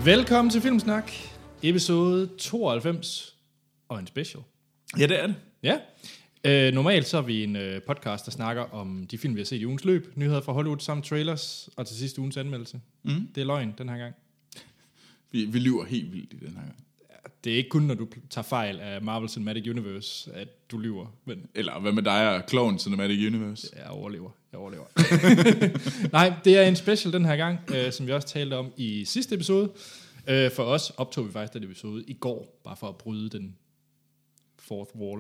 Velkommen til Filmsnak, episode 92 og en special. Ja, det er det. Ja. Normalt så er vi en podcast, der snakker om de film, vi har set i ugens løb, nyheder fra Hollywood samt trailers, og til sidste ugens anmeldelse. Det er løgn den her gang. Vi lyver helt vildt i den her gang. Det er ikke kun, når du tager fejl af Marvel Cinematic Universe, at du lyver. Men Eller hvad med dig og Clone Cinematic Universe? jeg overlever. Nej, det er en special den her gang, som vi også talte om i sidste episode. For os optog vi faktisk den episode i går, bare for at bryde den fourth wall.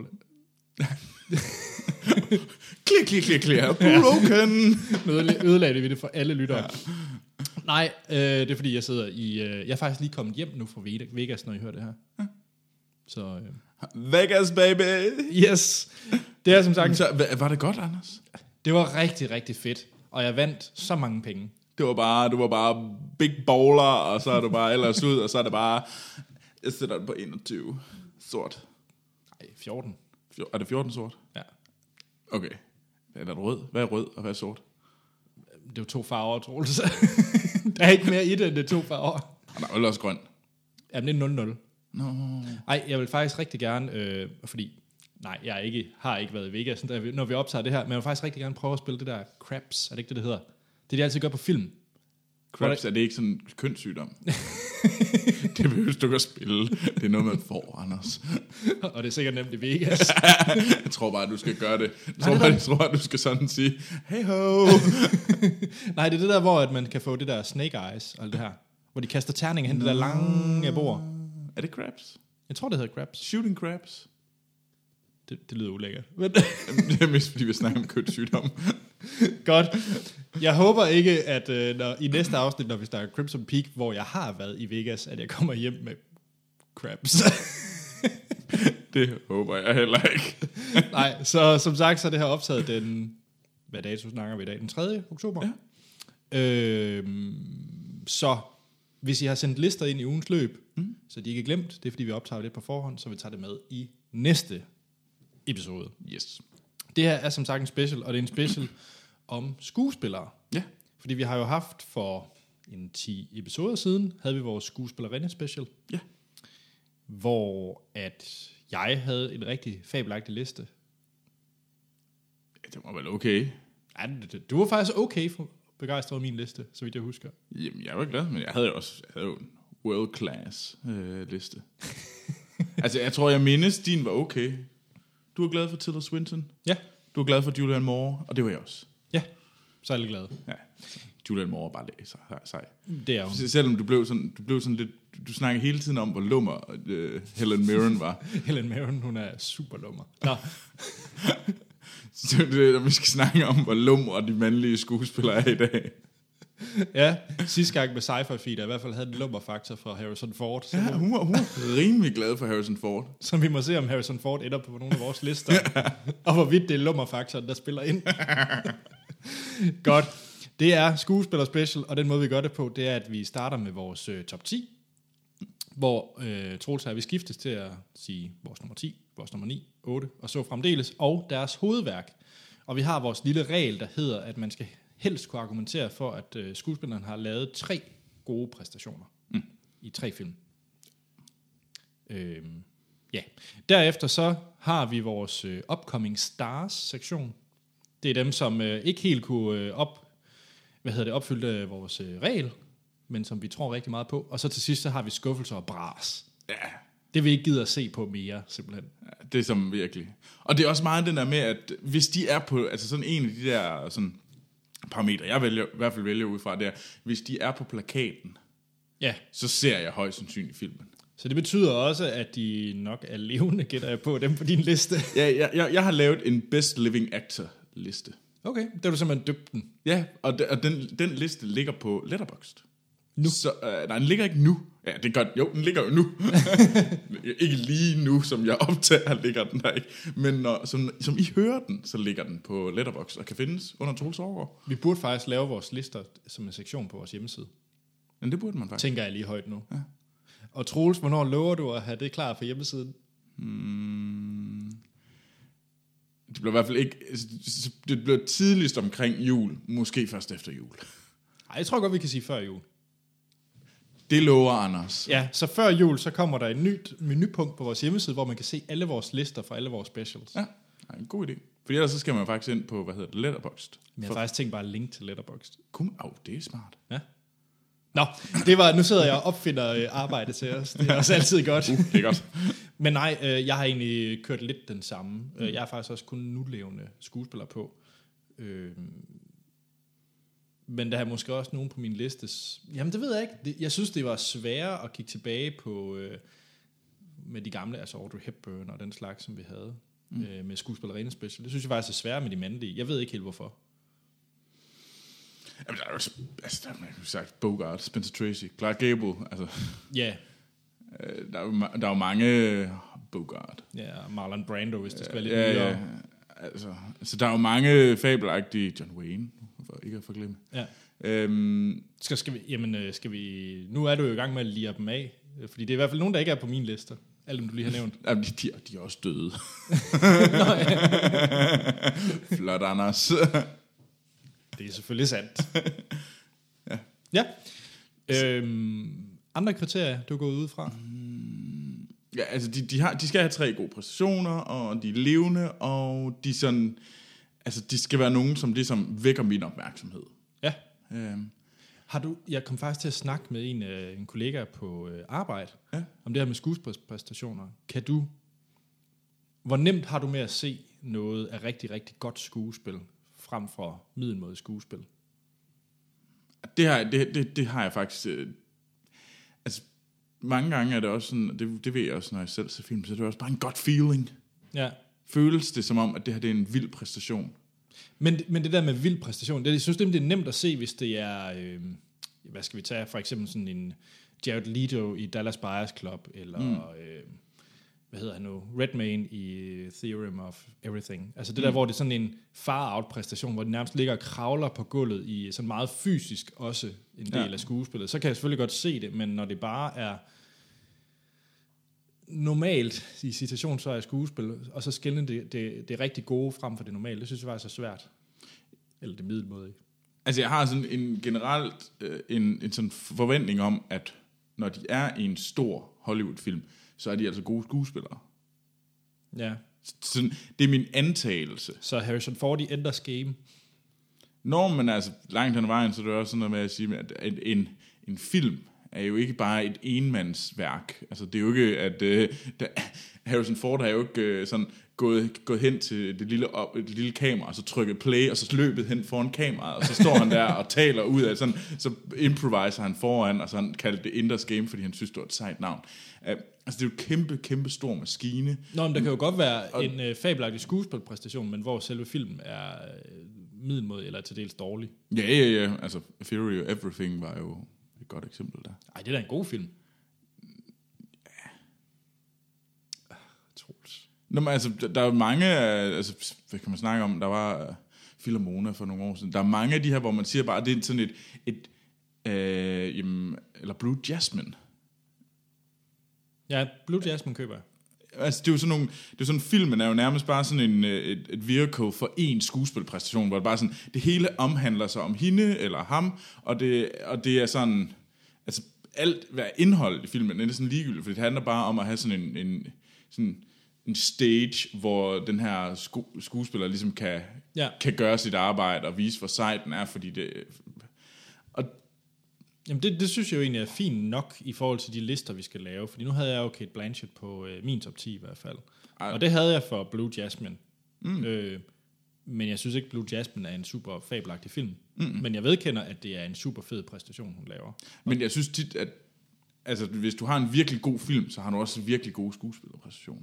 Klik. Broken. Ødelagde vi det for alle lyttere. Ja. Nej, det er fordi, jeg sidder i... jeg er faktisk lige kommet hjem nu fra Vegas, når I hører det her. Ja. Så... Vegas, baby! Yes! Det er som sagt... Så, var det godt, Anders? Det var rigtig, rigtig fedt. Og jeg vandt så mange penge. Du var bare big bowler, og så er du bare ellers ud, og så er det bare... Jeg sætter den på 21. Sort. Nej, 14. Er det 14 sort? Ja. Okay. Er det rød? Hvad er rød, og hvad er sort? Det er jo 2 farver, Troels. Der er ikke mere i det, end det er 2 farver. Og der er også grøn. Jamen, det er 0-0. No. Ej, jeg vil faktisk rigtig gerne, fordi... Nej, jeg har ikke været i Vegas, når vi optager det her, men jeg vil faktisk rigtig gerne prøve at spille det der craps. Er det ikke det hedder? Det er det, altid gør på film. Craps, er det ikke sådan en kønssygdom? Det behøver du kan spille. Det er noget, man får, Anders. Og det er sikkert nemt i Vegas. Jeg tror bare, du skal gøre det. Jeg tror bare, du skal sådan sige, hey ho. Nej, det er det der, hvor at man kan få det der snake eyes og alt det her. Hvor de kaster terninger hen, det der lange bord. Er det crabs? Jeg tror, det hedder crabs. Shooting crabs? Det lyder ulækkert. Det er mest, fordi vi snakker om kønssygdom. Godt. Jeg håber ikke, at i næste afsnit, når vi snakker Crimson Peak, hvor jeg har været i Vegas, at jeg kommer hjem med crabs. Det håber jeg heller ikke. Nej, så som sagt, så er det her optaget den... Hvad dato snakker vi i dag? Den 3. oktober? Ja. Så hvis I har sendt lister ind i ugens løb, så de ikke er glemt, det er fordi vi optager lidt på forhånd, så vi tager det med i næste episode. Yes. Det her er som sagt en special, og det er en special om skuespillere. Ja. Fordi vi har jo haft for en 10 episoder siden, havde vi vores skuespillerinde special. Ja. Hvor at jeg havde en rigtig fabelagtig liste. Ja, det var vel okay. Ja, du var faktisk okay begejstret over min liste, så vidt jeg husker. Jamen, jeg var glad, men jeg havde jo en world class liste. Altså, jeg tror, jeg mindes, din var okay. Du var glad for Tilda Swinton. Ja. Du var glad for Julianne Moore, og det var jeg også. Ja, så er jeg lidt glad. Ja. Julianne Moore bare sej. Det er jo. Selvom du blev sådan lidt... Du snakker hele tiden om, hvor lummer Helen Mirren var. Helen Mirren, hun er super lummer. Nå. Så det, vi skal snakke om, hvor lummer de mandlige skuespillere er i dag. Ja, sidste gang med Sci-Fi Feed, i hvert fald havde en lummerfaktor fra Harrison Ford. Ja, hun var rimelig glad for Harrison Ford. Så vi må se, om Harrison Ford ender på nogle af vores lister. Og hvorvidt det er lummerfaktoren, der spiller ind. Godt. Det er skuespiller special, og den måde, vi gør det på, det er, at vi starter med vores top 10. Hvor Troels og vi skiftes til at sige vores nummer 10, vores nummer 9, 8 og så fremdeles, og deres hovedværk. Og vi har vores lille regel, der hedder, at man skal helst kunne argumentere for, at skuespilleren har lavet 3 gode præstationer i 3 film. Ja. Derefter så har vi vores Upcoming Stars-sektion. Det er dem, som ikke helt kunne opfylde vores regel, men som vi tror rigtig meget på. Og så til sidst, så har vi skuffelser og bras. Ja. Det vil ikke gide at se på mere, simpelthen. Ja, det er som virkelig. Og det er også meget den der med, at hvis de er på, altså sådan en af de der sådan parametre, jeg i hvert fald vælger ud fra, det er, hvis de er på plakaten, ja, så ser jeg højst sandsynligt filmen. Så det betyder også, at de nok er levende, gætter jeg på dem på din liste. Ja, jeg har lavet en Best Living Actor liste. Okay, der har du simpelthen døbt den. Ja, og den liste ligger på Letterboxd. Nu? Så, nej, den ligger ikke nu. Ja, det gør den. Jo, den ligger jo nu. Ikke lige nu, som jeg optager, ligger den der ikke. Men som I hører den, så ligger den på Letterboxd og kan findes under Troels Overgaard. Vi burde faktisk lave vores lister som en sektion på vores hjemmeside. Men det burde man faktisk. Tænker jeg lige højt nu. Ja. Og Troels, hvornår lover du at have det klar for hjemmesiden? Det bliver i hvert fald ikke... Det bliver tidligst omkring jul. Måske først efter jul. Ej, jeg tror godt, vi kan sige før jul. Det lover Anders. Ja, så før jul, så kommer der et nyt menupunkt på vores hjemmeside, hvor man kan se alle vores lister fra alle vores specials. Ja, en god idé. For ellers så skal man faktisk ind på, Letterboxd. Men jeg har faktisk tænkt bare at link til Letterboxd. Det er smart. Ja. Nå, nu sidder jeg og opfinder arbejde til os. Det er også altid godt. Det er godt. Men nej, jeg har egentlig kørt lidt den samme. Jeg har faktisk også kun nulevende skuespillere på. Men der er måske også nogen på min liste. Jamen, det ved jeg ikke. Jeg synes, det var sværere at kigge tilbage på med de gamle, altså Audrey Hepburn og den slags, som vi havde med skuespillerinde special. Det synes jeg faktisk er sværere med de mandlige. Jeg ved ikke helt, hvorfor. Jamen, der er jo der er sagt Bogart, Spencer Tracy, Clark Gable, altså. Ja. Der er jo mange Bogart. Ja, Marlon Brando, hvis det skal være lidt nyere. Ja. Altså, der er jo mange fabelagtige John Wayne, for ikke at forglemme. Ja. Skal vi... Nu er du jo i gang med at lire dem af, fordi det er i hvert fald nogen, der ikke er på min liste. Alle dem, du lige har nævnt. Jamen, de er også døde. Flot, Anders. Det er selvfølgelig sandt. Ja. Andre kriterier, du er gået ud fra? Ja, altså de skal have 3 gode præstationer, og de er levende, og de sådan, altså de skal være nogen, som ligesom vækker min opmærksomhed. Ja. Jeg kom faktisk til at snakke med en kollega på arbejde om det her med skuespilspræstationer. Hvor nemt har du med at se noget af rigtig, rigtig godt skuespil frem for middelmådigt skuespil? Det har jeg faktisk. Altså mange gange er det også sådan, det ved jeg også, når jeg selv ser film, så det er også bare en godt feeling. Ja. Føles det som om, at det her det er en vild præstation. Men det der med vild præstation, jeg synes det er nemt at se, hvis det er, hvad skal vi tage, for eksempel sådan en Jared Leto i Dallas Buyers Club, eller hvad hedder han nu, Redmayne i Theorem of Everything. Altså det der, hvor det er sådan en far-out-præstation, hvor de nærmest ligger og kravler på gulvet i sådan meget fysisk også en del af skuespillet. Så kan jeg selvfølgelig godt se det, men når det bare er normalt i citation, så er skuespil, og så skille det rigtig gode frem for det normale, det synes jeg faktisk er svært. Eller det middelmådige. Altså jeg har sådan en generelt en sådan forventning om, at når de er i en stor Hollywood-film, så er de altså gode skuespillere. Ja. Så det er min antagelse. Så Harrison Ford i Enders Game? Men altså langt hen ad vejen, så er det også sådan noget med at sige, at en film er jo ikke bare et enmandsværk. Altså det er jo ikke, at Harrison Ford har jo ikke sådan gået hen til det lille kamera, og så trykket play, og så løbet hen foran kameraet, og så står han der og taler ud af sådan, så improviser han foran, og så han kaldte det Enders Game, fordi han synes, det var et sejt navn. Altså det er jo et kæmpe, kæmpe stor maskine. Men der kan jo godt være en fabelagtig skuespilpræstation, men hvor selve filmen er middelmådig eller til dels dårlig. Ja. Altså Theory of Everything var jo et godt eksempel der. Ej, det er da en god film. Ja. Troels. Men altså, der er jo mange, altså, hvad kan man snakke om? Der var Philomona for nogle år siden. Der er mange af de her, hvor man siger bare, det er sådan eller Blue Jasmine. Ja, Blue Jasmine køber jeg. Altså, det er jo sådan nogle, filmen er jo nærmest bare sådan et vehicle for en skuespilpræstation, hvor det bare sådan, det hele omhandler sig om hende eller ham, og det er sådan, altså alt, hvad indhold i filmen, det er sådan ligegyldigt, for det handler bare om at have sådan en stage, hvor den her skuespiller ligesom kan gøre sit arbejde og vise, hvor sej den er, fordi det... Jamen det synes jeg jo egentlig er fint nok i forhold til de lister, vi skal lave. Fordi nu havde jeg jo Cate Blanchett på min top 10 i hvert fald. Og det havde jeg for Blue Jasmine. Men jeg synes ikke, Blue Jasmine er en super fabelagtig film. Men jeg vedkender, at det er en super fed præstation, hun laver. Men jeg synes tit, at altså, hvis du har en virkelig god film, så har du også virkelig gode skuespillerpræstationer.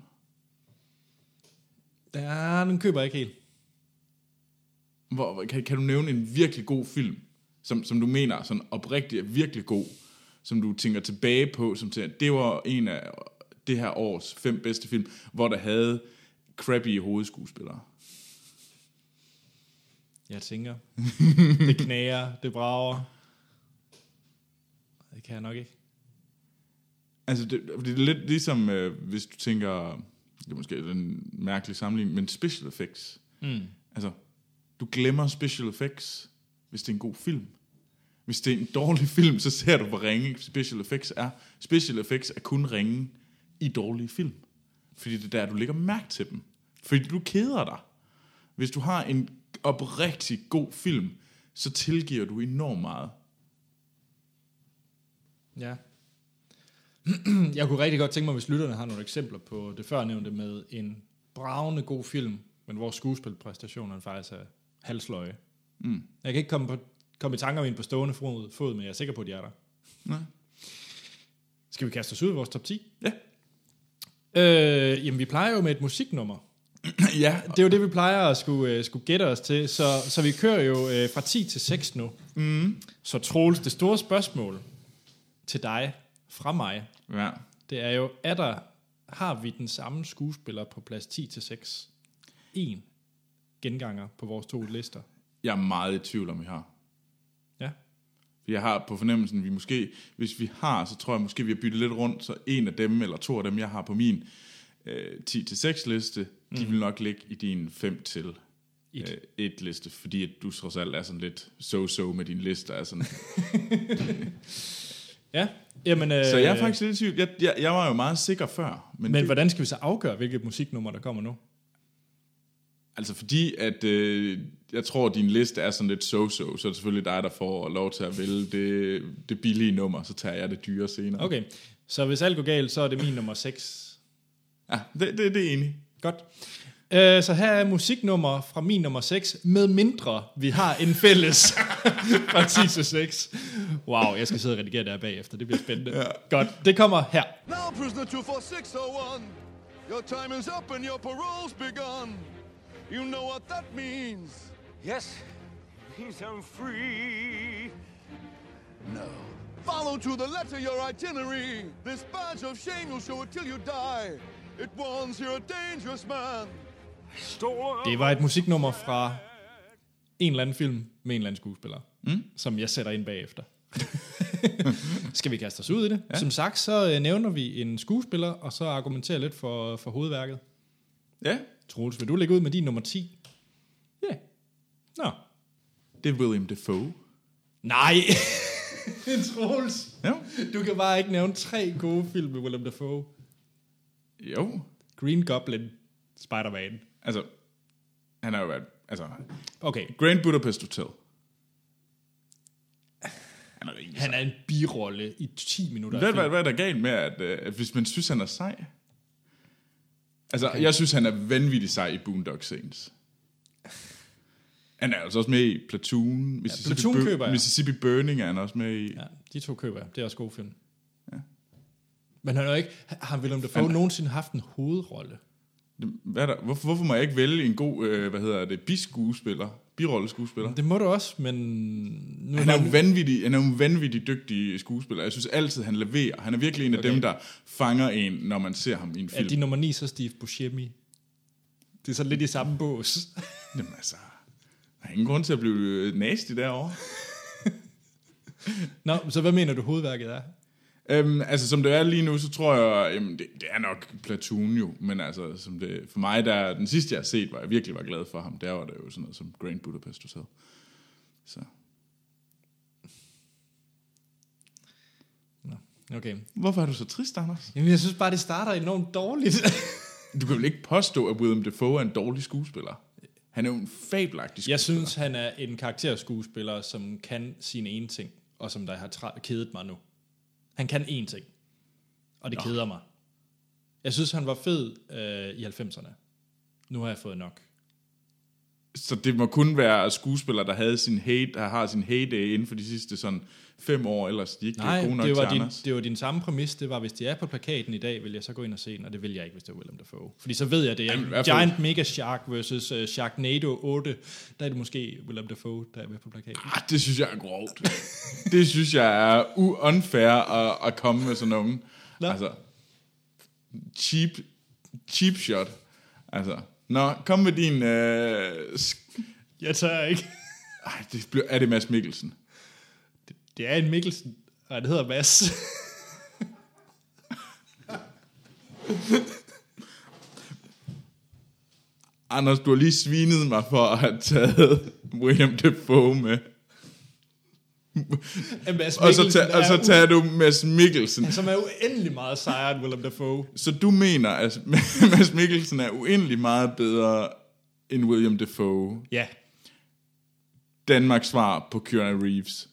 Den køber jeg ikke helt. Kan du nævne en virkelig god film, som du mener sådan oprigtigt er virkelig god, som du tænker tilbage på, som til, det var en af det her års 5 bedste film, hvor der havde crappy hovedskuespillere? Jeg tænker, det knager, det brager. Det kan jeg nok ikke. Altså, det er lidt ligesom, hvis du tænker, det er måske en mærkelig sammenligning, men special effects. Altså, du glemmer special effects, hvis det er en god film. Hvis det er en dårlig film, så ser du, hvor ringe special effects er. Special effects er kun ringe i dårlige film. Fordi det er der, du lægger mærke til dem. Fordi du keder dig. Hvis du har en oprigtig god film, så tilgiver du enormt meget. Ja. Jeg kunne rigtig godt tænke mig, hvis lytterne har nogle eksempler på det førnævnte med en bravende god film, men hvor skuespilpræstationerne faktisk er halsløje. Jeg kan ikke komme i tanker om en på stående fod, men jeg er sikker på, at de er der. Nej. Skal vi kaste os ud i vores top 10? Ja. Jamen, vi plejer jo med et musiknummer. Ja. Det er jo det, vi plejer at skulle gætte os til. Så vi kører jo fra 10 til 6 nu. Så Troels, det store spørgsmål til dig, fra mig, det er jo, har vi den samme skuespiller på plads 10 til 6? En genganger på vores 2 lister. Jeg er meget i tvivl om, vi har. Ja. Jeg har på fornemmelsen, vi måske, hvis vi har, så tror jeg måske, vi har byttet lidt rundt, så en af dem, eller 2 af dem, jeg har på min 10-6 liste, de vil nok ligge i din 5-1 liste, fordi at du trods alt er sådan lidt so-so med din liste. Er sådan. Ja. Jamen, så jeg er faktisk lidt i tvivl. Jeg var jo meget sikker før. Men hvordan skal vi så afgøre, hvilket musiknummer, der kommer nu? Altså fordi, at jeg tror, at din liste er sådan lidt so-so, så er det selvfølgelig dig, der får lov til at vælge det billige nummer, så tager jeg det dyre senere. Okay, så hvis alt går galt, så er det min nummer 6. Ja, det er enig. Godt. Så her er musiknummer fra min nummer 6, med mindre vi har en fælles fra 10 til 6. Wow, jeg skal sidde og redigere der bagefter, det bliver spændende. Ja. Godt, det kommer her. Now prisoner 24601, your time is up and your parole's begun. You know what that means. Yes, means I'm free. No. Follow to the letter your itinerary. This badge of shame you'll show it till you die. It warns you're a dangerous man. Det var et musiknummer fra en eller anden film med en eller anden skuespiller, som jeg sætter ind bagefter. Skal vi kaste os ud i det? Ja. Som sagt, så nævner vi en skuespiller, og så argumenterer lidt for hovedværket. Ja. Troels, vil du lægge ud med din nummer 10? Ja. Nå. Det er William Dafoe. Nej! Troels. Ja. Du kan bare ikke nævne 3 gode film med William Dafoe. Jo. Green Goblin, Spider-Man. Altså, han har jo været... Altså, okay. Grand Budapest Hotel. Han er en birolle i 10 minutter. Hvad er der galt med, at hvis man synes, han er sej? Altså, okay. Jeg synes, han er vanvittig sej i Boondock Saints. Han er altså også med i Platoon. Mississippi Burning er han også med i. Ja, de 2 køber jeg. Det er også gode film. Ja. Men han har jo ikke... Har Willem Dafoe nogensinde haft en hovedrolle? Hvorfor må jeg ikke vælge en god, birolleskuespiller? Det må du også, men... Han er jo en vanvittig dygtig skuespiller. Jeg synes altid, han leverer. Han er virkelig en af dem, der fanger en, når man ser ham i en film. Er din nummer 9 så Steve Buscemi? Det er så lidt i samme bås. Jamen altså... Der er ingen grund til at blive nasty derovre. Nå, så hvad mener du hovedværket er? Altså som det er lige nu, så tror jeg, det er nok Platoon jo, men altså som det, for mig, der den sidste jeg har set, hvor jeg virkelig var glad for ham, der var det jo sådan noget som Grand Budapest Hotel. Så. Nå, okay. Hvorfor er du så trist, Anders? Jamen jeg synes bare, det starter enormt dårligt. Du kan vel ikke påstå, at Willem Dafoe er en dårlig skuespiller? Han er jo en fabelagtig skuespiller. Jeg synes, han er en karakterskuespiller, som kan sine ene ting, og som der har kedet mig nu. Han kan én ting, og det keder mig. Jeg synes, han var fed i 90'erne. Nu har jeg fået nok. Så det må kun være skuespillere, der har sin heyday inden for de sidste sådan 5 år, ellers de ikke er gode nok til Anders. Det var din samme præmis. Det var, hvis de er på plakaten i dag, vil jeg så gå ind og se den, og det vil jeg ikke, hvis det er Willem Dafoe. Fordi så ved jeg, det er Giant Mega Shark versus Sharknado 8. Der er det måske Willem Dafoe, der er med på plakaten. Det synes jeg er grovt. Det synes jeg er unfair at komme med sådan nogen. Altså, cheap shot. Altså, kom med din... Jeg tør ikke. Er det Mads Mikkelsen? Det er en Mikkelsen, og det hedder Mads. Anders, du har lige svinet mig for at have taget William Dafoe med. og så tager du Mads Mikkelsen. Som er uendelig meget sejere end Willem Dafoe. Så du mener, at Mads Mikkelsen er uendelig meget bedre end William Dafoe? Ja. Danmarks svar på Keanu Reeves.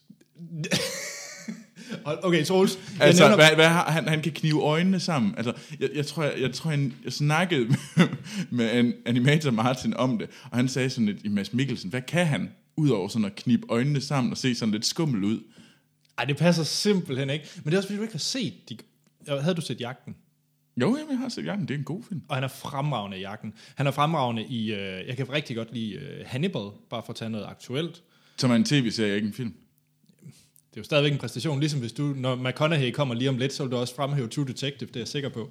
Okay, Troels. Altså, han kan knive øjnene sammen. Altså, jeg tror, jeg snakkede med en animator Martin om det, og han sagde sådan lidt, i Mads Mikkelsen, hvad kan han, udover sådan at knibe øjnene sammen og se sådan lidt skummel ud? Ej, det passer simpelthen ikke. Men det er også, fordi du ikke har set... Havde du set Jagten? Jo, jeg har set Jagten. Det er en god film. Og han er fremragende i Jagten. Han er fremragende i... jeg kan rigtig godt lide Hannibal, bare for at tage noget aktuelt. Som er en tv-serie, ikke en film. Det er jo stadigvæk en præstation, ligesom hvis du, når McConaughey kommer lige om lidt, så vil du også fremhæve True Detective, det er jeg sikker på.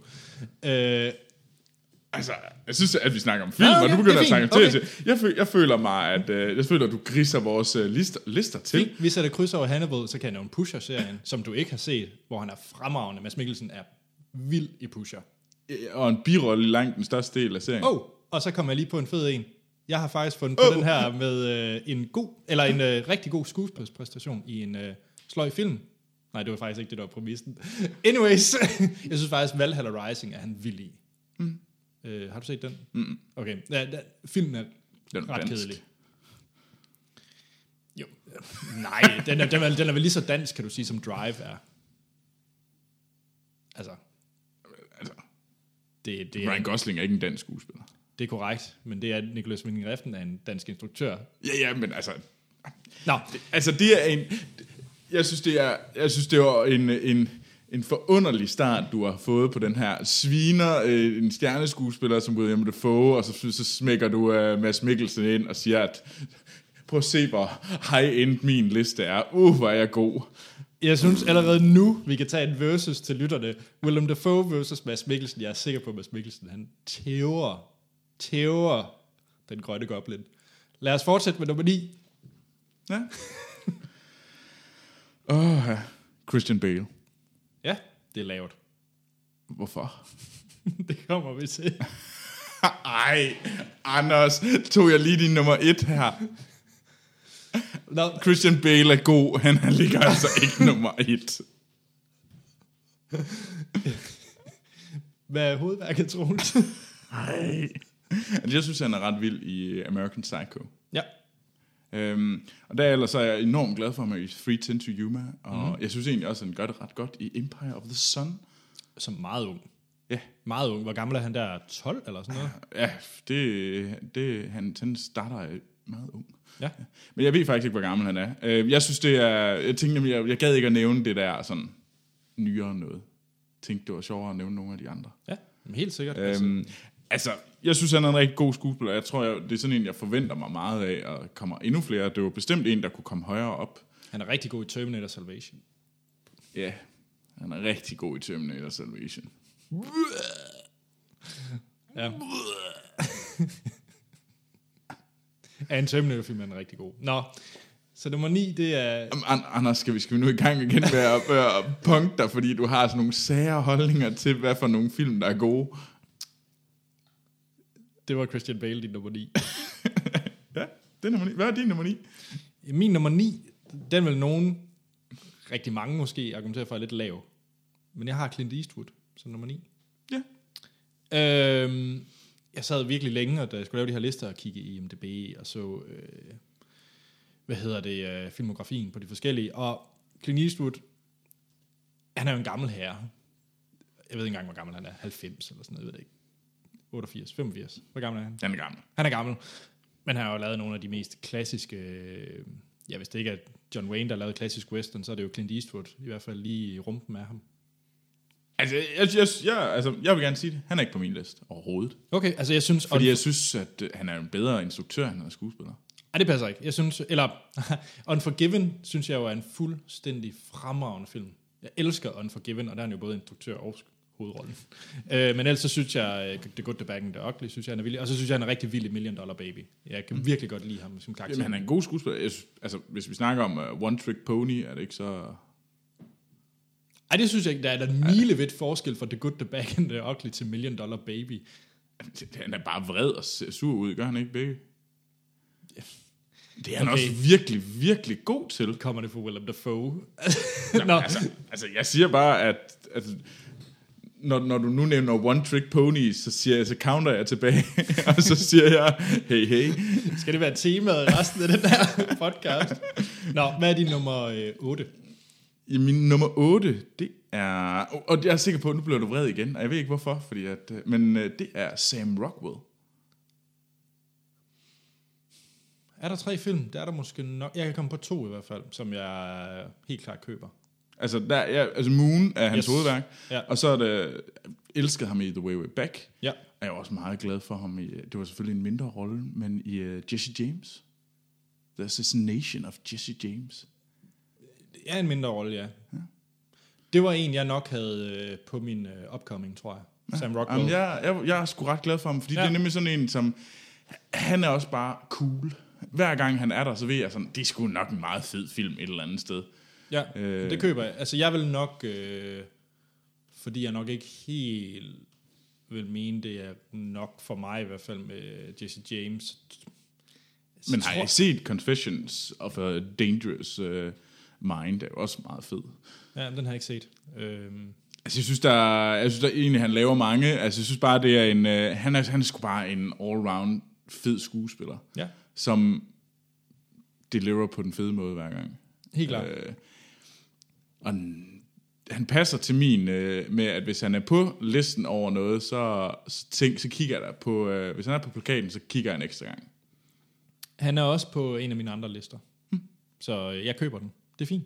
Altså, jeg synes, at vi snakker om film, og du begynder at snakke om tv. Jeg føler mig, at du griser vores lister til. Hvis jeg krydser over Hannibal, så kan jeg nævne Pusher-serien, som du ikke har set, hvor han er fremragende. Mads Mikkelsen er vild i Pusher. Og en birolle i langt den største del af serien. Og så kommer jeg lige på en fed en. Jeg har faktisk fundet på den her med en rigtig god skuespilspræstation i en sløj film. Nej, det var faktisk ikke det, der var præmissen. Anyways, jeg synes faktisk, Valhalla Rising er han vild i. Har du set den? Okay, filmen er ret kedelig. Jo, nej, den er vel lige så dansk, kan du sige, som Drive er. Altså det Ryan Gosling er ikke en dansk skuespiller. Det er korrekt, men det er Nicolas Winding Refn er en dansk instruktør. Ja, men altså... det er en... Jeg synes, det var en forunderlig start, du har fået på den her. Sviner en stjerneskuespiller som William Dafoe, og så smækker du Mads Mikkelsen ind og siger, at prøv at se, hvor high-end min liste er. Hvor er jeg god. Jeg synes allerede nu, vi kan tage en versus til lytterne. Willem Dafoe versus Mads Mikkelsen. Jeg er sikker på, at Mads Mikkelsen, han tæver den grønne goblin. Lad os fortsætte med nummer 9. Ja. Christian Bale. Ja, det er lavt. Hvorfor? Det kommer vi til. Ej, Anders, tog jeg lige din nummer 1 her. Christian Bale er god, han ligger altså ikke nummer 1. Hvad er hovedværket, Troels? Nej. Jeg synes, han er ret vild i American Psycho. Ja. Og der ellers er jeg enormt glad for mig i 3 10 to Yuma, og jeg synes egentlig også, at han gør det ret godt i Empire of the Sun. Som meget ung. Ja. Meget ung. Hvor gammel er han der? 12 eller sådan noget? Ja, han starter meget ung. Ja. Men jeg ved faktisk ikke, hvor gammel han er. Jeg synes, det er... Jeg tænkte, jeg gad ikke at nævne det der sådan nyere noget. Jeg tænkte, det var sjovere at nævne nogle af de andre. Ja, helt sikkert. Altså, jeg synes, han er en rigtig god skuespiller. Jeg tror, det er sådan en, jeg forventer mig meget af, og kommer endnu flere. Det var bestemt en, der kunne komme højere op. Han er rigtig god i Terminator Salvation. Ja, han er rigtig god i Terminator Salvation. Ja. Ja, en Terminator-film er en rigtig god. Nå, så nummer 9, det er... Anders, skal vi nu i gang igen med at punkte dig, fordi du har sådan nogle sære holdninger til, hvad for nogle film, der er gode. Det var Christian Bale, din nummer 9. Ja, det er nummer 9. Hvad er din nummer 9? Min nummer 9, den vil nogen, rigtig mange måske, argumentere for er lidt lav. Men jeg har Clint Eastwood som nummer 9. Ja. Jeg sad virkelig længe, da jeg skulle lave de her lister og kigge i IMDb og så, filmografien på de forskellige. Og Clint Eastwood, han er jo en gammel herre. Jeg ved ikke engang, hvor gammel han er. 90 eller sådan noget, jeg ved det ikke. 88, 85. Hvor gammel er han? Han er gammel. Han er gammel. Men han har jo lavet nogle af de mest klassiske... hvis det ikke er John Wayne, der har lavet klassisk western, så er det jo Clint Eastwood. I hvert fald lige i rumpen af ham. Altså, jeg vil gerne sige det. Han er ikke på min liste overhovedet. Okay, altså jeg synes... Fordi jeg synes, at han er en bedre instruktør, end han er skuespiller. Nej, det passer ikke. Jeg synes... Unforgiven, synes jeg jo er en fuldstændig fremragende film. Jeg elsker Unforgiven, og der er han jo både instruktør og hovedrollen. Men ellers så synes jeg, The Good, The Bad and The Ugly, synes jeg, han er vild. Og så synes jeg, han er rigtig vild i $1 Million Baby. Jeg kan virkelig godt lide ham som karakter. Jamen, han er en god skuespiller. Altså, hvis vi snakker om One Trick Pony, er det ikke så... Ej, det synes jeg ikke. Der er en milevidt forskel fra The Good, The Bad and The Ugly til $1 Million Baby. Han er bare vred og sur ud, gør han ikke begge? Det er han også virkelig, virkelig god til. Kommer det for Willem Dafoe? Nå. Altså, jeg siger bare, at når du nu nævner One Trick Pony, så counter jeg tilbage, og så siger jeg, hey. Skal det være temaet resten af den her podcast? Nå, hvad er din nummer 8? Min nummer 8, det er... Og jeg er sikker på, at nu bliver du vred igen, og jeg ved ikke hvorfor, men det er Sam Rockwell. Er der 3 film? Der er der måske nok... Jeg kan komme på 2 i hvert fald, som jeg helt klart køber. Altså, Moon er hans hovedværk, ja. Og så er det... Elskede ham i The Way Back. Ja. Jeg er også meget glad for ham i... Det var selvfølgelig en mindre rolle, men i Jesse James. The Assassination of Jesse James. Ja, en mindre rolle, ja. Det var en, jeg nok havde på min upcoming, tror jeg. Ja. Sam Rockwell. Jamen, jeg er sgu ret glad for ham, fordi det er nemlig sådan en, som... Han er også bare cool. Hver gang han er der, så ved jeg sådan, det er sgu nok en meget fed film et eller andet sted. Ja, det køber jeg. Altså, jeg vil nok... fordi jeg nok ikke helt vil mene, det er nok for mig i hvert fald med Jesse James. Men har jeg set Confessions of a Dangerous Mind, det er jo også meget fed. Ja, den har jeg ikke set. Altså, jeg synes, der egentlig, han laver mange. Altså, jeg synes bare, det er en... han er sgu bare en all-round fed skuespiller. Ja. Som deliverer på den fede måde hver gang. Helt klart. Og han passer til min med, at hvis han er på listen over noget, så kigger jeg der på... hvis han er på plakaten, så kigger jeg en ekstra gang. Han er også på en af mine andre lister. Så jeg køber den. Det er fint.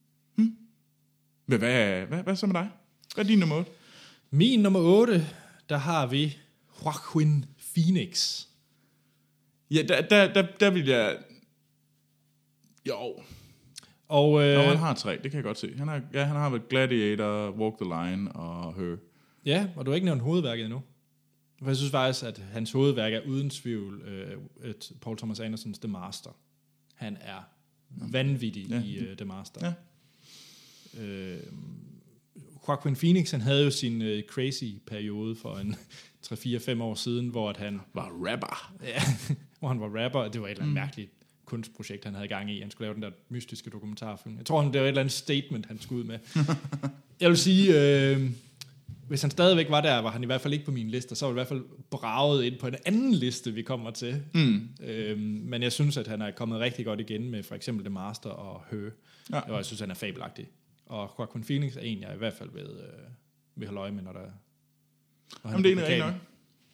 Hvad så med dig? Hvad er din nummer 8? Min nummer 8, der har vi Joaquin Phoenix. Ja, der vil jeg... Jo. Og, han har 3, det kan jeg godt se. Han har været Gladiator, Walk the Line og Her. Ja, og du har ikke nævnt hovedværket endnu. For jeg synes faktisk, at hans hovedværk er uden tvivl Paul Thomas Andersons The Master. Han er vanvittig i The Master. Ja. Joaquin Phoenix, han havde jo sin crazy periode for en 3-4-5 år siden, hvor at han var rapper. Ja, hvor han var rapper, og det var et eller andet mærkeligt kunstprojekt, han havde gang i. Han skulle lave den der mystiske dokumentarfilm. Jeg tror, det var et eller andet statement, han skulle ud med. Jeg vil sige, hvis han stadigvæk var der, var han i hvert fald ikke på min liste, så var det i hvert fald braget ind på en anden liste, vi kommer til. Men jeg synes, at han er kommet rigtig godt igen med for eksempel The Master og Her. Ja. Og jeg synes, han er fabelagtig. Og Joaquin Phoenix er en, jeg i hvert fald vil holde øje med, når han Jamen, det er egentlig nok.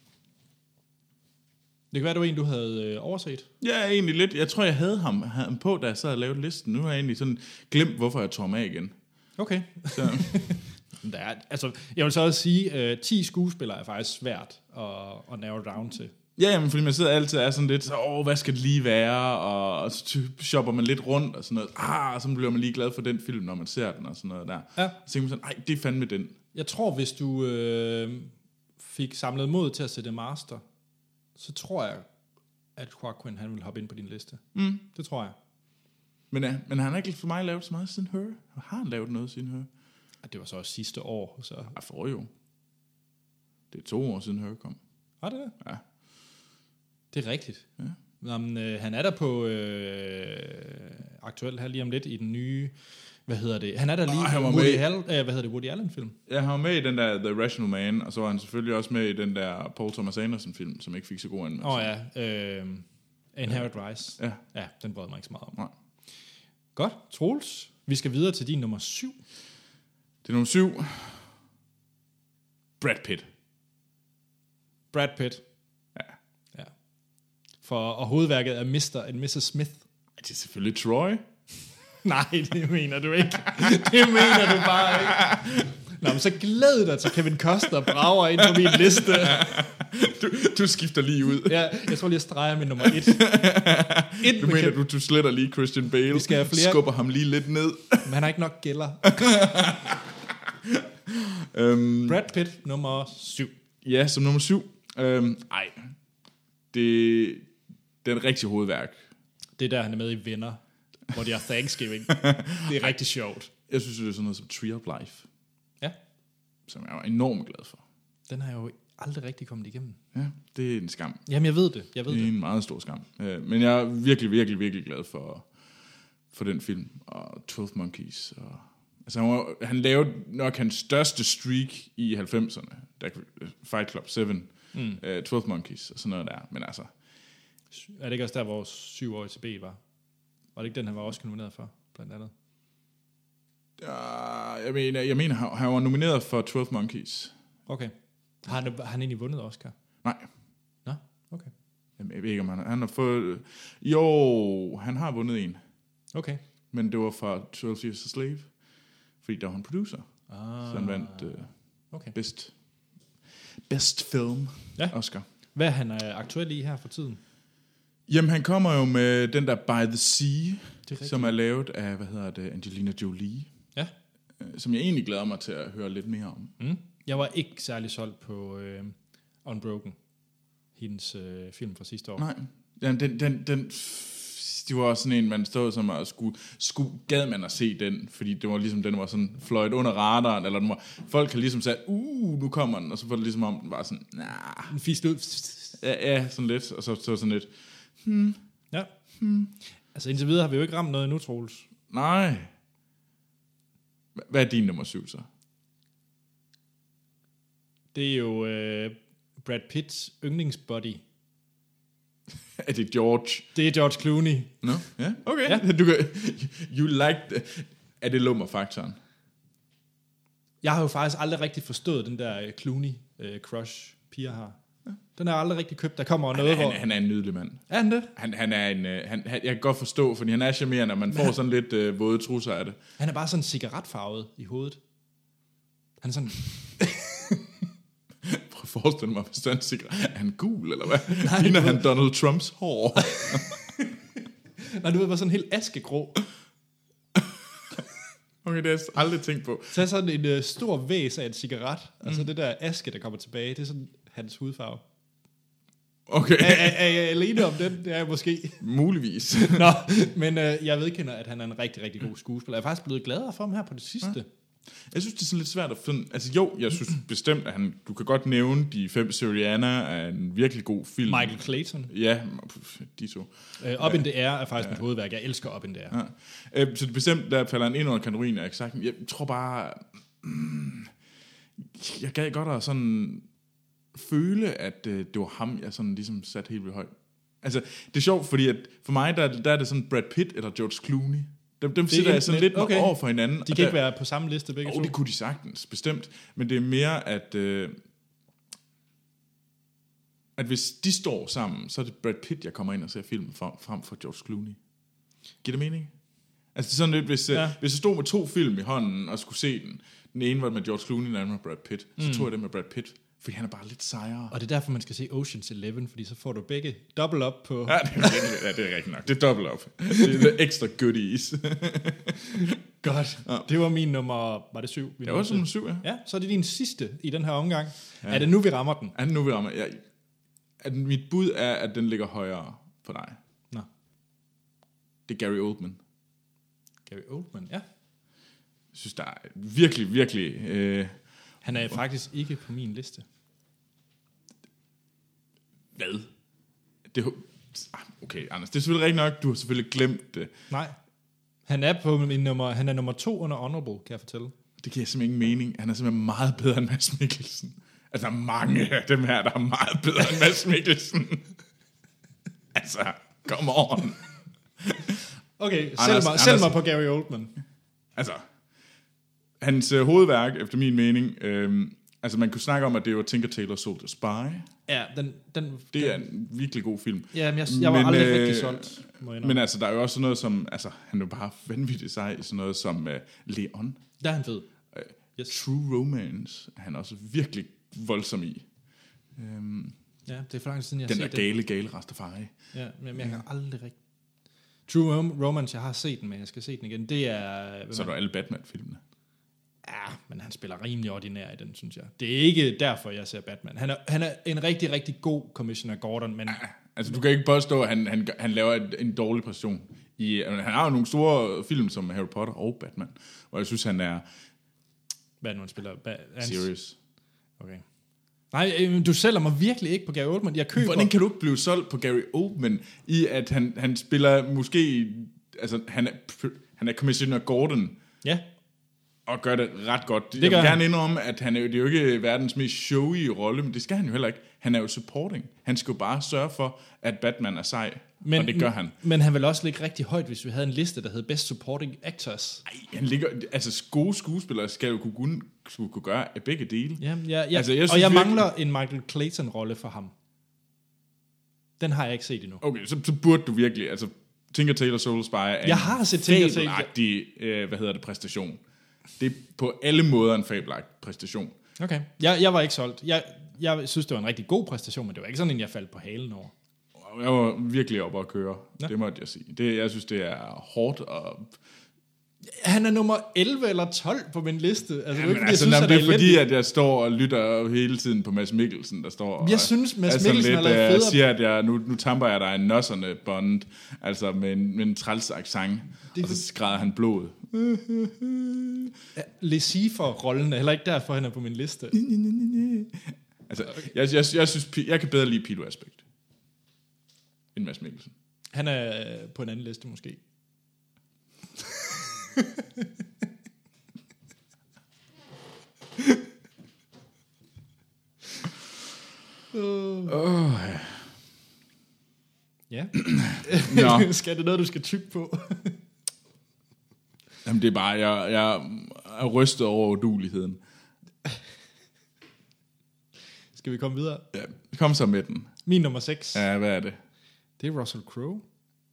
Det kan være, det var en, du havde overset. Ja, egentlig lidt. Jeg tror, jeg havde ham på, da jeg sad og lavede listen. Nu har jeg egentlig sådan glemt, hvorfor jeg tog ham af igen. Okay. Så. Jeg vil så også sige, 10 skuespillere er faktisk svært at narrow down til. Ja, men fordi man sidder altid og er sådan lidt, hvad skal det lige være? Og så shopper man lidt rundt og sådan noget. Så bliver man lige glad for den film, når man ser den og sådan noget der. Ja. Så tænker man sådan, det er fandme den. Jeg tror, hvis du fik samlet mod til at sætte Master, så tror jeg, at Joaquin, han vil hoppe ind på din liste. Det tror jeg. Men han har ikke for mig lavet så meget siden Her. Har han lavet noget siden Her? Det var så også sidste år. Så. For jo. Det er 2 år siden Her kom. Var det det? Ja. Det er rigtigt. Ja. Jamen, han er der på aktuelt her lige om lidt i den nye... Hvad hedder det? Han er der lige Woody Allen-film. Ja, han var med i den der The Rational Man, og så var han selvfølgelig også med i den der Paul Thomas Anderson-film, som ikke fik så god anmeldelse. Inherit Rise. Ja. Ja, den brød mig ikke så meget om. Nej. Godt, Troels. Vi skal videre til din nummer 7. Det er nummer 7. Brad Pitt. Brad Pitt. Ja. Og hovedværket er Mr. and Mrs. Smith. Det er selvfølgelig Troy. Nej, det mener du ikke. Det mener du bare ikke. Nå, men så glæd dig til Kevin Costner brager ind på min liste. Du skifter lige ud. Ja, jeg tror lige, jeg streger min nummer 1. Du mener, du sletter lige Christian Bale, skubber ham lige lidt ned. Men han har ikke nok gælder. Brad Pitt, nummer 7. Ja, som nummer 7. Det er et rigtig hovedværk. Det er der, han er med i Venner, hvor de har Thanksgiving. Det er rigtig sjovt. Jeg synes, det er sådan noget som Tree of Life. Ja. Som jeg var enormt glad for. Den har jeg jo aldrig rigtig kommet igennem. Ja, det er en skam. Jamen, jeg ved det. Det er en meget stor skam. Men jeg er virkelig, virkelig, virkelig glad for den film. Og 12 Monkeys. Og, altså, han lavede nok hans største streak i 90'erne. Fight Club 7. 12 Monkeys og sådan noget der. Men altså... Er det ikke også der, hvor 7-årige TB var? Var det ikke den, han var også nomineret for, blandt andet? Jeg mener, han var nomineret for 12 Monkeys. Okay. Har han egentlig vundet Oscar? Nej. Nå, okay. Jeg ved ikke, om han har fået... Jo, han har vundet en. Okay. Men det var for 12 Years a Slave. Fordi der var han producer. Så han vandt okay. Best Film Oscar. Hvad er han aktuel i her for tiden? Jamen, han kommer jo med den der By the Sea, som er lavet af, Angelina Jolie. Ja. Som jeg egentlig glæder mig til at høre lidt mere om. Jeg var ikke særlig solgt på Unbroken, hendes film fra sidste år. Nej, ja, det var også sådan en, man stod som at gad man at se den, fordi det var ligesom, den var sådan fløjt under radaren, eller folk har ligesom sagt, nu kommer den, og så var det ligesom om, den var sådan, En fisk ud. Ja, sådan lidt, og så sådan lidt, Ja. Altså indtil videre har vi jo ikke ramt noget endnu, Troels. Nej. Hvad er din nummer 7 så? Det er jo Brad Pitts yndlingsbody. Er det George? Det er George Clooney. No? Ja, okay. Ja. You like er det lummerfaktoren? Jeg har jo faktisk aldrig rigtig forstået den der Clooney-crush, piger har. Den har jeg aldrig rigtig købt. Der kommer noget, hvor... Han er en nydelig mand. Er han det? Han er en... jeg kan godt forstå, fordi han er charmerende, og man får sådan lidt våde trusser af det. Han er bare sådan cigaretfarvet i hovedet. Han er sådan... Prøv at forestille mig, hvis der er en cigaret. Er han gul, eller hvad? Nej, ligner han Donald Trumps hår? Nej, du ved, bare sådan helt askegrå. Okay, det har jeg aldrig tænkt på. Så er sådan en stor væs af en cigaret. Altså det der aske, der kommer tilbage, det er sådan hans hudfarve. Okay. Er jeg alene om den? Det er jeg måske. Muligvis. Nå, men jeg vedkender, at han er en rigtig, rigtig god skuespiller. Jeg er faktisk blevet gladere for ham her på det sidste. Ja. Jeg synes, det er sådan lidt svært at finde... Altså jo, jeg synes bestemt, at du kan godt nævne De 5 Syrianer er en virkelig god film. Michael Clayton. Ja, de to. Up in the Air er faktisk mit hovedværk. Jeg elsker Up in the Air. Ja. Så det bestemt, der falder han ind under kategorien af eksakt. Jeg tror bare... jeg gad godt at sådan føle, at det var ham, jeg sådan ligesom satte helt vildt højt. Altså, det er sjovt, fordi at for mig, der er det sådan Brad Pitt eller George Clooney. Dem sætter jeg sådan lidt over for hinanden. De kan ikke være på samme liste begge to? Det kunne de sagtens, bestemt. Men det er mere, at hvis de står sammen, så er det Brad Pitt, jeg kommer ind og ser filmen frem for George Clooney. Giver det mening? Altså det er sådan lidt, hvis jeg stod med 2 film i hånden og skulle se den. Den ene var med George Clooney, den anden med Brad Pitt. Så tog jeg det med Brad Pitt. Fordi han er bare lidt sejere. Og det er derfor, man skal se Ocean's 11, fordi så får du begge double up på... Ja, det er rigtigt nok. Det er double up. Det er ekstra goodies. Godt. Ja. Det var min nummer... Var det 7? Det var nummer 7, ja. Ja, så er det din sidste i den her omgang. Ja. Er det nu, vi rammer den? Er det nu, vi rammer? Ja. Mit bud er, at den ligger højere for dig. Nå. Det er Gary Oldman. Gary Oldman, ja. Jeg synes, der er virkelig, virkelig... Han er faktisk ikke på min liste. Hvad? Okay, Anders, det er selvfølgelig rigtigt nok. Du har selvfølgelig glemt det. Nej. Han er på min nummer... Han er nummer 2 under Honorable, kan jeg fortælle. Det giver simpelthen ingen mening. Han er simpelthen meget bedre end Mads Mikkelsen. Altså, der er mange af dem her, der er meget bedre end Mads Mikkelsen. Altså, come on. Okay, sælg mig på Gary Oldman. Altså... Hans hovedværk, efter min mening, altså man kunne snakke om, at det var Tinker Tailor Soldier Spy. Ja, det er en virkelig god film. Ja, men jeg var aldrig rigtig solgt. Men altså, der er jo også sådan noget som, altså han er jo bare vanvittigt sej i sådan noget som Leon. Der er han fed. Yes. True Romance er han også virkelig voldsom i. Ja, det er for lang tid siden, jeg har set den. Den der gale Rastafari. Ja, men jeg kan aldrig rigtig... True Romance, jeg har set den, men jeg skal se den igen. Det er... Så er der alle Batman-filmene. Ja, men han spiller rimelig ordinær i den, synes jeg. Det er ikke derfor, jeg ser Batman. Han er en rigtig, rigtig god Commissioner Gordon, men... Altså, du kan ikke påstå, at han laver en dårlig præstation. Han har jo nogle store film, som Harry Potter og Batman, hvor jeg synes, han er... Hvad er det nu, han spiller? Serious. Okay. Nej, du sælger mig virkelig ikke på Gary Oldman. Jeg køber... Hvordan kan du ikke blive solgt på Gary Oldman, i at han spiller måske... Altså, han er Commissioner Gordon, Ja. og gør det ret godt. Jeg gør vil han. gerne indrømme, at det er jo ikke verdens mest showy rolle, men det skal han jo heller ikke. Han er jo supporting. Han skal jo bare sørge for, at Batman er sej, og det gør han. Men han vil også ligge rigtig højt, hvis vi havde en liste, der hed Best Supporting Actors. Ej, han ligger... Altså, gode skuespillere skal jo kunne gøre begge dele. Ja. Altså, jeg og synes jeg virkelig- mangler en Michael Clayton-rolle for ham. Den har jeg ikke set endnu. Okay, så burde du virkelig... Altså, Tinker Tailor Soldier Spy er Jeg har set Tinker Tailor. fabelagtig, præstation. Det er på alle måder en fabelagtig præstation. Okay. Jeg var ikke solgt. Jeg synes, det var en rigtig god præstation, men det var ikke sådan en, jeg faldt på halen over. Jeg var virkelig oppe at køre. Ja. Det måtte jeg sige. Jeg synes, det er hårdt og... Han er nummer 11 eller 12 på min liste. Altså, Jamen, det er altså, ikke, fordi, jeg synes, det er fordi, at jeg står og lytter hele tiden på Mads Mikkelsen, der står... Jeg synes, Mads er sådan Mikkelsen har lavet lidt, federe- siger, at nu tamper jeg dig en nosserne Bond, altså med en træls accent, og så skræder han blod. Lecifer-rollen er heller ikke derfor, han er på min liste. Altså, jeg synes, jeg kan bedre lide Pilo Aspekt end Mads Mikkelsen. Han er på en anden liste måske. Ja. Nå. Skal det noget, du skal tygge på? Jamen, det er bare, jeg er rystet over uduligheden. Skal vi komme videre? Ja, kom så med den. Min nummer 6, Ja, hvad er det? det er Russell Crowe.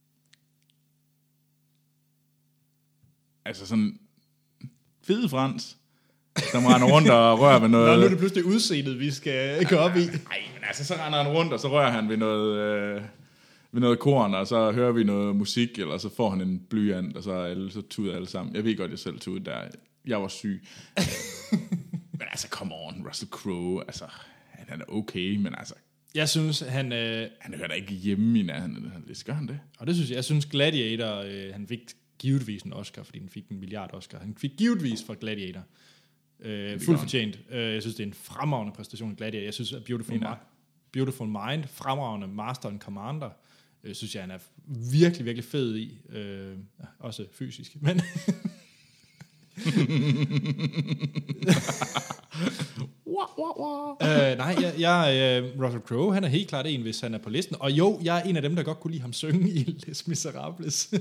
Altså sådan fed Frans, som render rundt og rører ved noget... Nå, nu er det pludselig udseendet, vi skal gå op i. Nej, men altså, så render han rundt, og så rører han ved noget korn, og så hører vi noget musik, eller så får han en blyant, og så tuder alle sammen. Jeg ved godt, jeg selv tudede der. Jeg var syg. Men altså, come on, Russell Crowe, altså, han er okay, men altså, Jeg synes, han han hører da ikke hjemme i nærheden af den her liste. Gør han det? og det synes jeg synes Gladiator, han fik givetvis en Oscar, fordi han fik en milliard Oscar. Han fik givetvis for Gladiator. Fuldt fortjent. Jeg synes, det er en fremragende præstation i Gladiator. Jeg synes, at Beautiful Mind, fremragende Master and Commander, synes jeg, han er virkelig, virkelig fed i. Også fysisk. Men Russell Crowe, han er helt klart en, hvis han er på listen. Og jo, jeg er en af dem, der godt kunne lide ham synge i Les Miserables.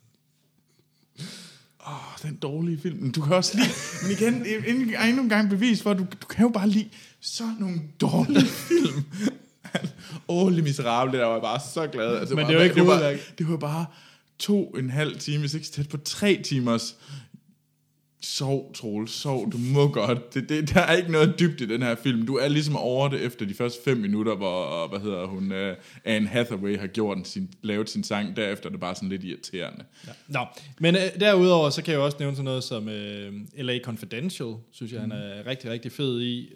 Den dårlige film. Du kan også lide... Men igen, endnu en gang bevis for, at du kan jo bare lide sådan nogle dårlige film. Les Miserables, der var jeg bare så glad. Altså, Men det er jo ikke hovedværk. Det var bare 2,5 timer, hvis ikke tæt på 3 timers... Sov, Troels, sov, du må godt. Der er ikke noget dybt i den her film. Du er ligesom over det efter de første 5 minutter, hvor, Anne Hathaway har lavet sin sang. Derefter er det bare sådan lidt irriterende. Ja. Nå, men derudover, så kan jeg jo også nævne sådan noget som LA Confidential, synes jeg, han er rigtig, rigtig fed i.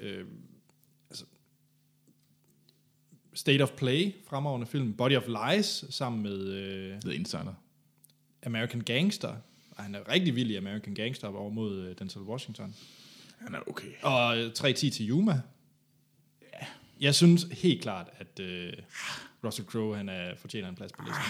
State of Play, fremragende film. Body of Lies, sammen med The Insider. American Gangster. Og han er rigtig vild i American Gangster over mod Denzel Washington. Han er okay. Og 3:10 til Yuma. Ja. Jeg synes helt klart, at Russell Crowe, han fortjener en plads på listen.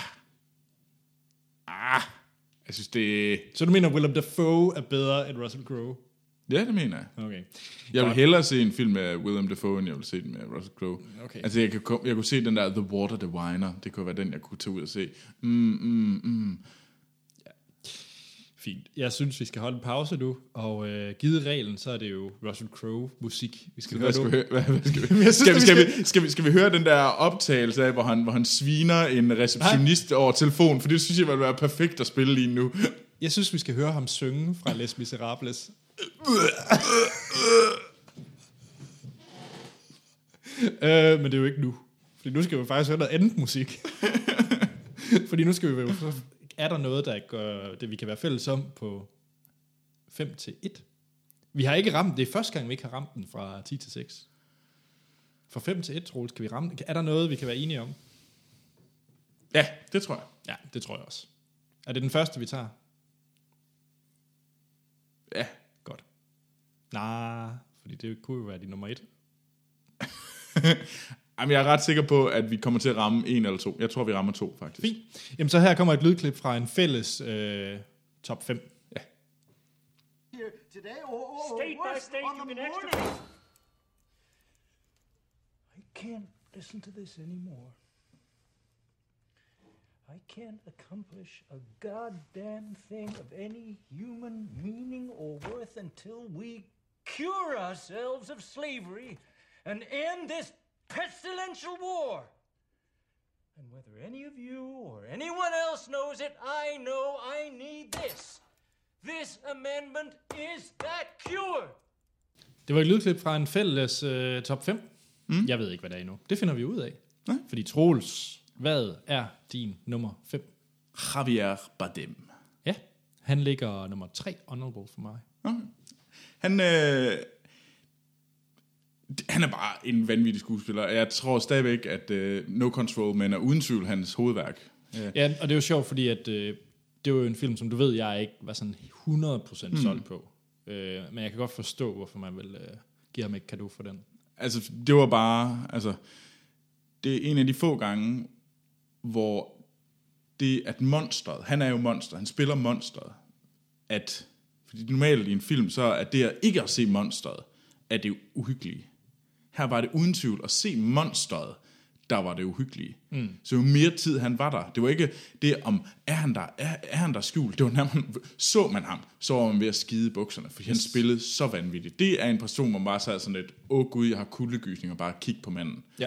Jeg synes, det... Så du mener, Willem Dafoe er bedre end Russell Crowe? Ja, det mener jeg. Okay. Jeg vil hellere se en film med Willem Dafoe, end jeg vil se den med Russell Crowe. Okay. Altså, jeg kunne se den der The Water, The Winer. Det kunne være den, jeg kunne tage ud og se. Fint. Jeg synes, vi skal holde en pause nu, og givet reglen, så er det jo Russell Crowe musik. Vi skal høre nu. Skal vi høre den der optagelse af, hvor han sviner en receptionist over telefon? For det synes jeg vil være perfekt at spille lige nu. Jeg synes, vi skal høre ham synge fra Les Miserables. Men det er jo ikke nu. Fordi nu skal vi faktisk høre noget andet musik. Fordi nu skal vi jo... Er der noget, der gør det, vi kan være fælles om på 5-1? Vi har ikke ramt, det er første gang, vi ikke har ramt den fra 10-6. Fra 5-1, Troels, kan vi ramme den? Er der noget, vi kan være enige om? Ja, det tror jeg. Ja, det tror jeg også. Er det den første, vi tager? Ja. Godt. Nej, fordi det kunne jo være din nummer 1. Jamen, jeg er ret sikker på, at vi kommer til at ramme 1 eller 2. Jeg tror, vi rammer 2, faktisk. Fint. Jamen, så her kommer et lydklip fra en fælles top 5. Ja. Here today, State by worse, state, on you the can morning. extra. I can't listen to this anymore. I can't accomplish a goddamn thing of any human meaning or worth until we cure ourselves of slavery and end this pestilential war. And whether any of you or anyone else knows it, I know I need this. This amendment is that cure. Det var et lydklip fra en fælles top 5. Jeg ved ikke, hvad det er endnu. Det finder vi ud af. Nej. Fordi Troels, hvad er din nummer 5? Javier Bardem. Ja, han ligger nummer 3 honorable for mig. Okay. Han er bare en vanvittig skuespiller. Jeg tror stadigvæk, at No Control Man er uden tvivl hans hovedværk. Ja, og det er jo sjovt, fordi at, det var jo en film, som du ved, jeg ikke var sådan 100% solgt på. Men jeg kan godt forstå, hvorfor man vil give ham et cadeau for den. Altså, det var bare... Altså, det er en af de få gange, hvor det at monstret... Han er jo monster. Han spiller monstret. At... Fordi normalt i en film, så er det at ikke at se monstret, at det er uhyggelige. Her var det uden tvivl at se monstret, der var det uhyggelige. Så jo mere tid han var der, det var ikke det om, er han der skjult? Det var nærmest, så man ham, så var man ved at skide i bukserne, for han spillede så vanvittigt. Det er en person, man bare sad sådan lidt, gud, jeg har kuldegysninger, bare kig på manden. Ja.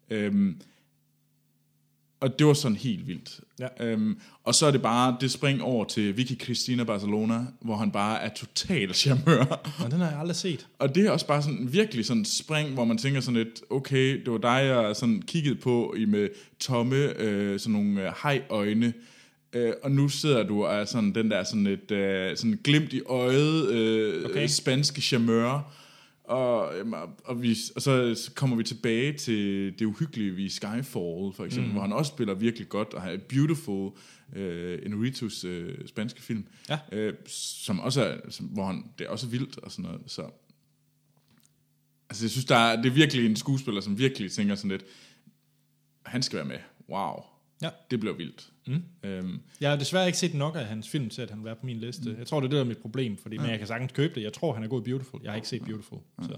Og det var sådan helt vildt. Ja. Og så er det bare, det spring over til Vicky Cristina Barcelona, hvor han bare er total charmeur. Og den har jeg aldrig set. Og det er også bare sådan virkelig sådan spring, hvor man tænker sådan lidt, okay, det var dig, jeg sådan kiggede på i med tomme, sådan nogle hajøjne, og nu sidder du og er sådan den der sådan et sådan glimt i øjet, Okay. spanske charmeur. Og så kommer vi tilbage til det uhyggelige ved Skyfall, for eksempel, hvor han også spiller virkelig godt, og har Beautiful, Inarritus spanske film, som også er, hvor han, det er også vildt og sådan noget. Så altså, jeg synes, det er virkelig en skuespiller, som virkelig tænker sådan lidt, han skal være med. Wow. Ja. Det bliver vildt. Jeg har desværre ikke set nok af hans film til, at han vil være på min liste. Jeg tror, det er det, der er mit problem, fordi, men jeg kan sagtens købe det. Jeg tror, han er god i Beautiful. Jeg har ikke set Beautiful. Så.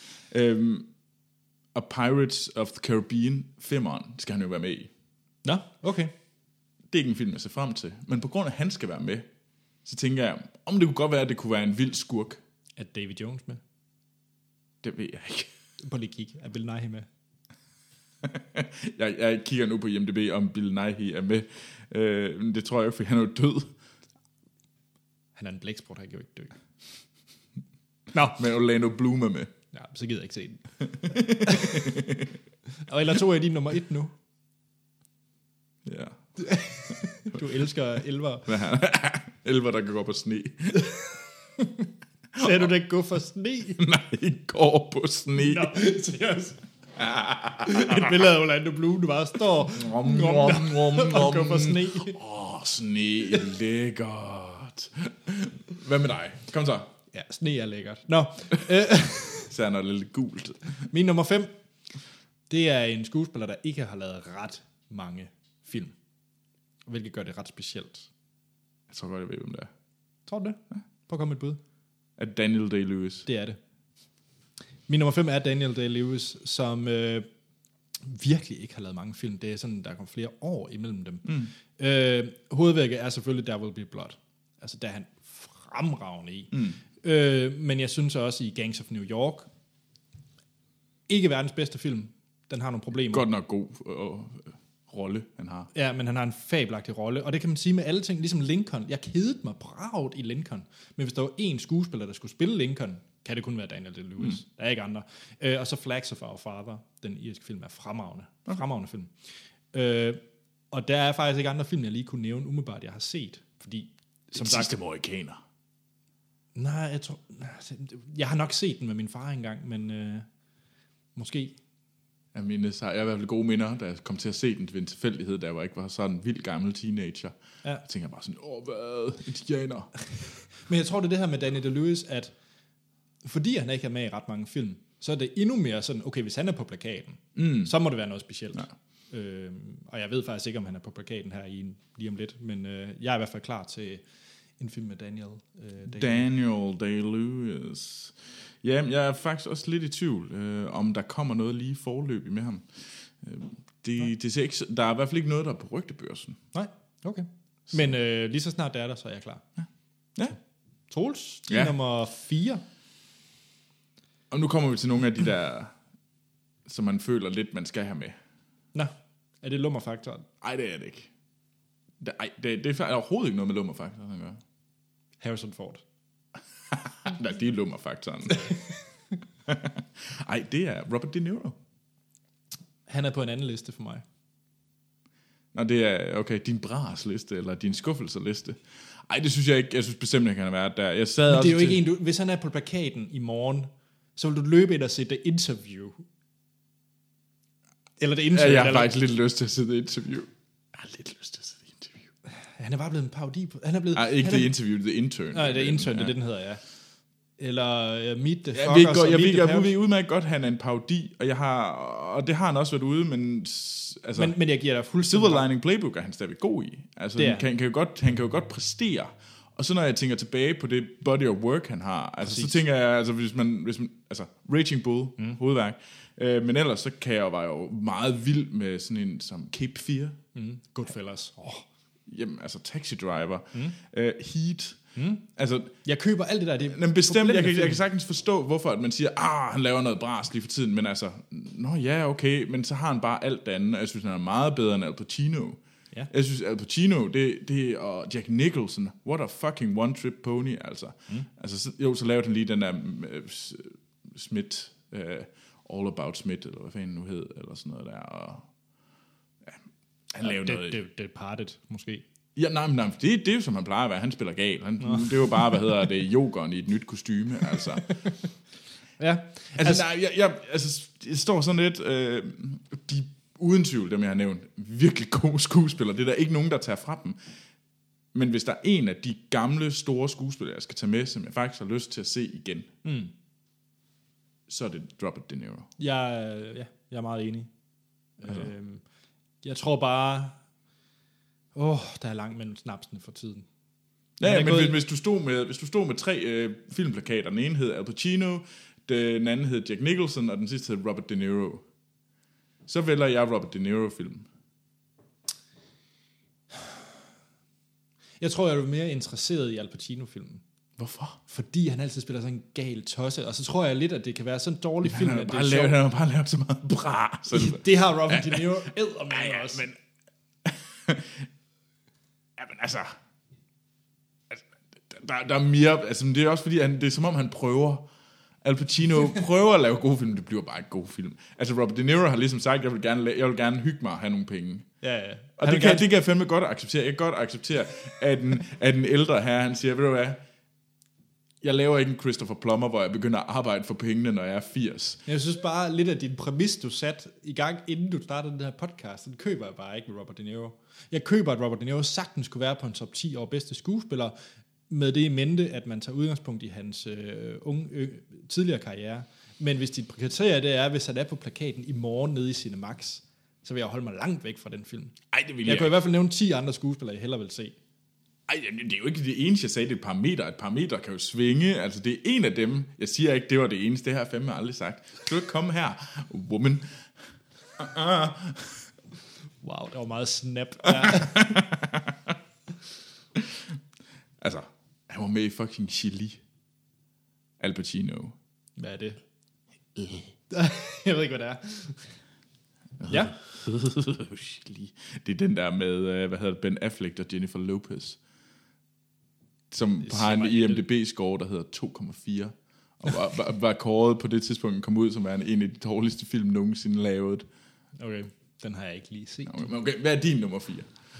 Og Pirates of the Caribbean 5'eren skal han jo være med i. Nå, okay. Det er ikke en film, jeg ser frem til. Men på grund af, at han skal være med, så tænker jeg, om det kunne godt være, at det kunne være en vild skurk. Er David Jones med? Det ved jeg ikke. På lige kig. Er Bill Nighy med? Jeg kigger nu på IMDb, om Bill Nighy er med. Men det tror jeg ikke, for han er jo død. Han er en blæksprut, han kan jo ikke dø. Nå. Men Orlando Bloom er med. Ja, så gider jeg ikke se den. Og eller to er din nummer 1 nu. Ja. Du elsker elver. Elver, der kan gå på sne. Sagde du da ikke gå for sne? Nej, går på sne. Nå, seriøst. Et billede af Orlando Bloom, du bare står og går for sne. Sne er lækkert. Hvad med dig? Kom så. Ja, sne er lækkert. Nå, Så er der lidt gult. min nummer 5, det er en skuespiller, der ikke har lavet ret mange film. Hvilket gør det ret specielt. Jeg tror godt, jeg ved, hvem det er. Tror du det? Ja. Prøv at komme med et bud. Er det Daniel Day-Lewis? Det er det. Min nummer 5 er Daniel Day-Lewis, som virkelig ikke har lavet mange film. Det er sådan, der kommer flere år imellem dem. Hovedværket er selvfølgelig There Will Be Blood. Altså, der er han fremragende i. Men jeg synes også i Gangs of New York, ikke verdens bedste film. Den har nogle problemer. Godt nok god rolle, han har. Ja, men han har en fabelagtig rolle, og det kan man sige med alle ting, ligesom Lincoln. Jeg kedede mig bragt i Lincoln, men hvis der var én skuespiller, der skulle spille Lincoln, kan det kun være Daniel Day-Lewis. Der er ikke andre. Og så Flags of Our Father, den irske film, er fremragende. Fremragende film. Og der er faktisk ikke andre film, jeg lige kunne nævne umiddelbart, jeg har set, fordi som sagt, sidste Mohikaner. nej, jeg har nok set den med min far engang, men måske. Jeg har i hvert fald gode minder, da jeg kom til at se den ved en tilfældighed, da jeg ikke var sådan en vild gammel teenager. Ja. Jeg tænker bare sådan, hvad? Indianer. Men jeg tror, det er det her med Daniel Day-Lewis, at fordi han ikke er med i ret mange film, så er det endnu mere sådan, okay, hvis han er på plakaten, så må det være noget specielt. Ja. Og jeg ved faktisk ikke, om han er på plakaten her lige om lidt, men jeg er i hvert fald klar til en film med Daniel Day-Lewis. Ja, jeg er faktisk også lidt i tvivl, om der kommer noget lige forløbig med ham. Det ser ikke, der er i hvert fald ikke noget, der er på rygtebørsen. Nej, okay. Men lige så snart det er der, så er jeg klar. Ja. Troels, nummer 4. Og nu kommer vi til nogle af de der, som man føler lidt, man skal have med. Nå, er det lummerfaktoren? Nej, det er det ikke. Det er overhovedet ikke noget med lummerfaktoren at gøre. Harrison Ford. Nej, det er lummerfaktoren. Ej, det er Robert De Niro. Han er på en anden liste for mig. Nå, det er, okay, din bras-liste, eller din skuffelser-liste. Ej, det synes jeg ikke. Jeg synes bestemt ikke, han har været der. Jeg sad men det er jo ikke en, hvis han er på plakaten i morgen, så vil du løbe ind og se The Interview. Eller The Interview. Ja, jeg har faktisk lidt lyst til at se The Interview. Jeg har lidt lyst til at se The Interview. Han er bare blevet en parodi på... Han er blevet... Nej, ikke The Interview, The Intern. Nej, The Intern, det er det, den hedder, ja. Eller Meet the Fockers. Jeg ved udmærket godt, at han er en parodi, og det har han også været ude, men... Altså, men jeg giver dig fuldstændig... Silver Lining Playbook er han stadig god i. Altså, han kan jo godt præstere. Og så når jeg tænker tilbage på det body of work, han har, altså, så tænker jeg, altså, hvis man altså, Raging Bull, hovedværk, men ellers så kan jeg jo meget vild med sådan en som Cape Fear. Goodfellas. Jamen, altså Taxi Driver, Heat. Altså, jeg køber alt det der. Men bestemt, jeg kan sagtens forstå, hvorfor at man siger, han laver noget bras lige for tiden, men altså, okay, men så har han bare alt det andet, og jeg synes, han er meget bedre end Al Pacino. Ja. Jeg synes, Al Pacino, det og Jack Nicholson, what a fucking one-trip pony, altså. Altså, så lavede han lige den der Smith, All About Smith, eller hvad fanden nu hed, eller sådan noget der, og han lavede noget... Det er Departed, måske. Ja, nej, det er jo som han plejer at være. Han spiller gal. Det er jo bare, jokeren i et nyt kostyme, altså. Ja. Altså, jeg står sådan lidt... de uden tvivl, dem jeg har nævnt, virkelig gode skuespillere. Det er der ikke nogen, der tager fra dem. Men hvis der er en af de gamle, store skuespillere, jeg skal tage med, som jeg faktisk har lyst til at se igen, så er det Robert De Niro. Jeg er meget enig. Altså. Jeg tror bare... der er langt mellem snapsene for tiden. Ja, men hvis du stod med 3 filmplakater, den ene hed Al Pacino, den anden hed Jack Nicholson, og den sidste hed Robert De Niro, så vælger jeg Robert De Niro-film. Jeg tror, jeg er mere interesseret i Al Pacino-filmen. Hvorfor? Fordi han altid spiller sådan en gal tosse, og så tror jeg lidt, at det kan være sådan en dårlig film, at det er sjovt. Han har bare lavet så meget bra. Det har Robert De Niro også. Men... Jamen altså... Der er mere... Altså, det er også fordi, det er som om, han prøver... Al Pacino prøver at lave gode film, det bliver bare ikke gode film. Altså, Robert De Niro har ligesom sagt, jeg vil gerne hygge mig og have nogle penge. Ja. Og det kan jeg fandme godt acceptere. Jeg kan godt acceptere, at en ældre herre, han siger, ved du hvad, jeg laver ikke en Christopher Plummer, hvor jeg begynder at arbejde for pengene, når jeg er 80. Jeg synes bare lidt af din præmis, du satte i gang, inden du startede den her podcast, den køber jeg bare ikke med Robert De Niro. Jeg køber, at Robert De Niro sagtens skulle være på en top 10 over bedste skuespillere, med det i mente, at man tager udgangspunkt i hans tidligere karriere. Men hvis dit kriterie det er, hvis han er på plakaten i morgen nede i Cinemax, så vil jeg holde mig langt væk fra den film. Ej, det vil jeg kunne i hvert fald nævne 10 andre skuespillere, jeg hellere vil se. Ej, det er jo ikke det eneste, jeg sagde, det er et parameter. Et parameter kan jo svinge. Altså, det er en af dem. Jeg siger ikke, det var det eneste. Det har jeg fandme aldrig sagt. Skal du ikke komme her, woman? Wow, det var meget snap. Altså, han var med i fucking Chili. Al Pacino. Hvad er det? Jeg ved ikke, hvad det er. Ja. Det er den der med, Ben Affleck og Jennifer Lopez, som har en IMDb-score, der hedder 2,4. Og var kåret på det tidspunkt, kom ud som en af de dårligste film nogensinde lavet. Okay, den har jeg ikke lige set. Okay, hvad er din nummer 4?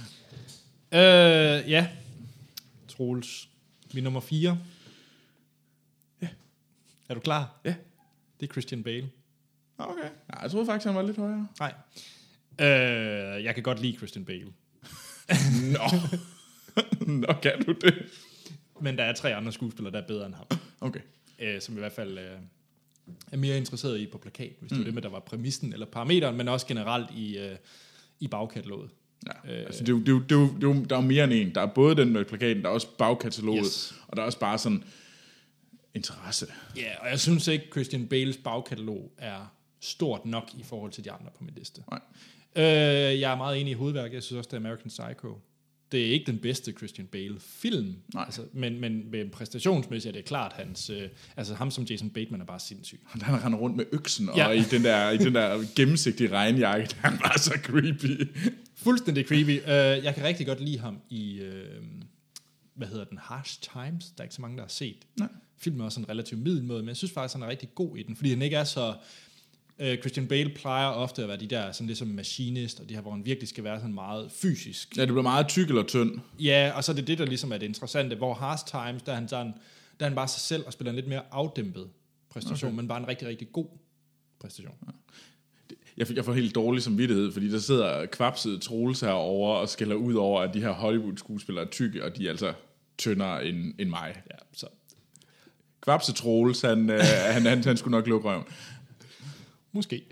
Ja. Troels. Min nummer 4. Ja. Er du klar? Ja. Det er Christian Bale. Okay. Nej, jeg troede faktisk, han var lidt højere. Nej. Jeg kan godt lide Christian Bale. Nå, kan du det? Men der er 3 andre skuespillere, der er bedre end ham. Okay. Som i hvert fald er mere interesseret i på plakat, hvis det var det med, der var præmissen eller parameteren, men også generelt i bagkataloget. Ja, altså der er mere end en. Der er både den med plakaten, der er også bagkataloget, og der er også bare sådan interesse. Ja, og jeg synes ikke, Christian Bales bagkatalog er stort nok i forhold til de andre på min liste. Nej. Jeg er meget enig i hovedværket. Jeg synes også, det er American Psycho. Det er ikke den bedste Christian Bale-film, altså, men præstationsmæssigt er det klart hans... altså ham som Jason Bateman er bare sindssyg. Han render rundt med øksen, og i den der gennemsigtige regnjakke, der er bare så creepy. Fuldstændig creepy. Jeg kan rigtig godt lide ham i... Harsh Times. Der er ikke så mange, der har set. Nej. Filmen er også en relativt middelmåde, men jeg synes faktisk, han er rigtig god i den, fordi han ikke er så... Christian Bale plejer ofte at være de der, sådan ligesom Machinist, og de her, hvor han virkelig skal være sådan meget fysisk. Ja, det bliver meget tyk eller tynd. Ja, og så er det der ligesom er det interessante, hvor Harsh Times, der er han bare sig selv og spiller en lidt mere afdæmpet præstation, men bare en rigtig, rigtig god præstation. Ja. Jeg får helt dårlig samvittighed, fordi der sidder kvapsede Troels herovre og skælder ud over, at de her Hollywood-skuespillere er tykke, og de er altså tyndere end mig. Ja, så. Kvapsede Troels, han skulle nok lukke røven. Måske.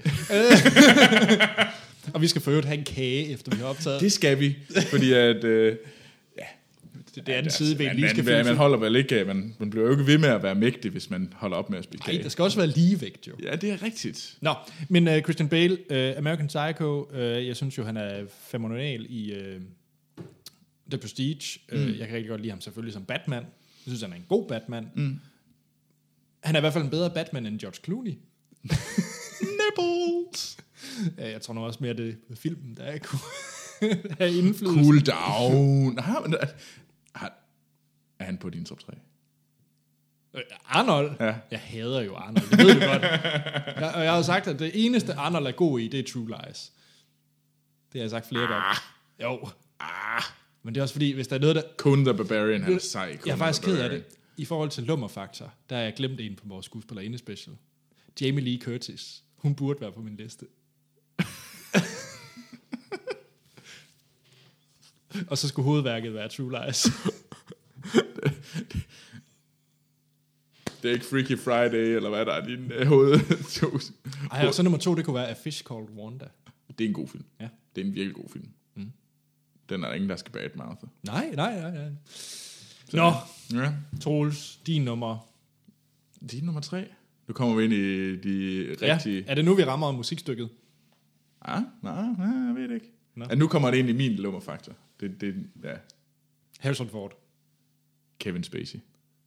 Og vi skal for øvrigt have en kage, efter vi har optaget. Det skal vi, fordi at... det er den side, vi lige skal finde. Man holder vel ikke... Man bliver jo ikke ved med at være mægtig, hvis man holder op med at spise kage. Nej, der skal også være ligevægt, jo. Ja, det er rigtigt. Nå, men Christian Bale, American Psycho, jeg synes jo, han er fænomenal i The Prestige. Jeg kan rigtig godt lide ham selvfølgelig som Batman. Jeg synes, han er en god Batman. Han er i hvert fald en bedre Batman end George Clooney. Nipples! Ja, jeg tror nok også mere, det er filmen, der er kunne have indflydelse. Cool down. Er han på din top 3? Arnold? Ja. Jeg hader jo Arnold, det ved du godt. Og jeg har jo sagt, at det eneste Arnold er god i, det er True Lies. Det har jeg sagt flere gange. Jo. Men det er også fordi, hvis der er noget, der... Conan the Barbarian, han er sej. Jeg er faktisk ked af det. I forhold til lummerfaktor, der har jeg glemt en på vores skuespillerinde special. Jamie Lee Curtis. Hun burde være på min liste. Og så skulle hovedværket være True Lies. Det er ikke Freaky Friday, eller hvad der er din hoved. Ej, og så nummer 2, det kunne være A Fish Called Wanda. Det er en god film. Ja. Det er en virkelig god film. Den er der ingen, der skal badmouthe. Nej. Nå, Ja. Troels, din nummer. Din nummer 3. Nu kommer vi ind i de rigtige... Ja, er det nu, vi rammer musikstykket? Nej, jeg ved det ikke. Nå. Ja, nu kommer det ind i min lummerfaktor. Ja. Harrison Ford. Kevin Spacey.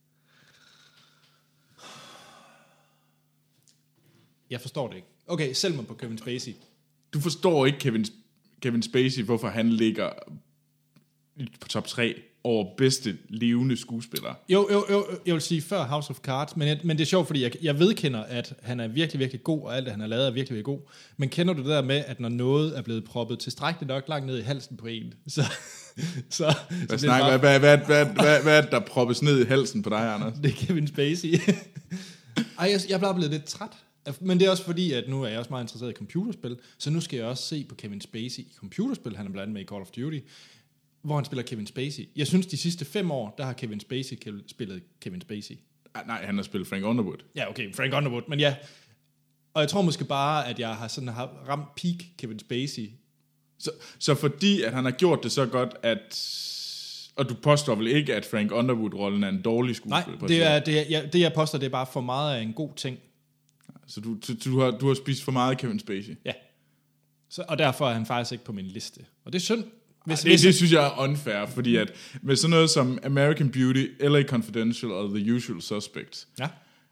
Jeg forstår det ikke. Okay, selv mig på Kevin Spacey. Du forstår ikke Kevin Spacey, hvorfor han ligger på top 3 over bedste levende skuespillere. Jo, jeg vil sige før House of Cards, men det er sjovt, fordi jeg vedkender, at han er virkelig, virkelig god, og alt det, han har lavet, er virkelig, virkelig god. Men kender du det der med, at når noget er blevet proppet tilstrækkeligt nok langt ned i halsen på en, så Hvad er det, der proppes ned i halsen på dig, Anders? Det er Kevin Spacey. Ej, jeg er bare blevet lidt træt. Men det er også fordi, at nu er jeg også meget interesseret i computerspil, så nu skal jeg også se på Kevin Spacey i computerspil. Han er blandt andet med i Call of Duty, hvor han spiller Kevin Spacey. Jeg synes, de sidste 5 år, der har Kevin Spacey spillet Kevin Spacey. Nej, han har spillet Frank Underwood. Ja, okay, Frank Underwood, men ja. Og jeg tror måske bare, at jeg har ramt peak Kevin Spacey. Så fordi, at han har gjort det så godt, at... Og du påstår vel ikke, at Frank Underwood-rollen er en dårlig skuespil? Nej, det jeg påstår, det er bare for meget af en god ting. Så du har spist for meget Kevin Spacey? Ja. Og derfor er han faktisk ikke på min liste. Og det er synd. Det synes jeg er unfair, fordi at med sådan noget som American Beauty, LA Confidential og The Usual Suspect. Ja.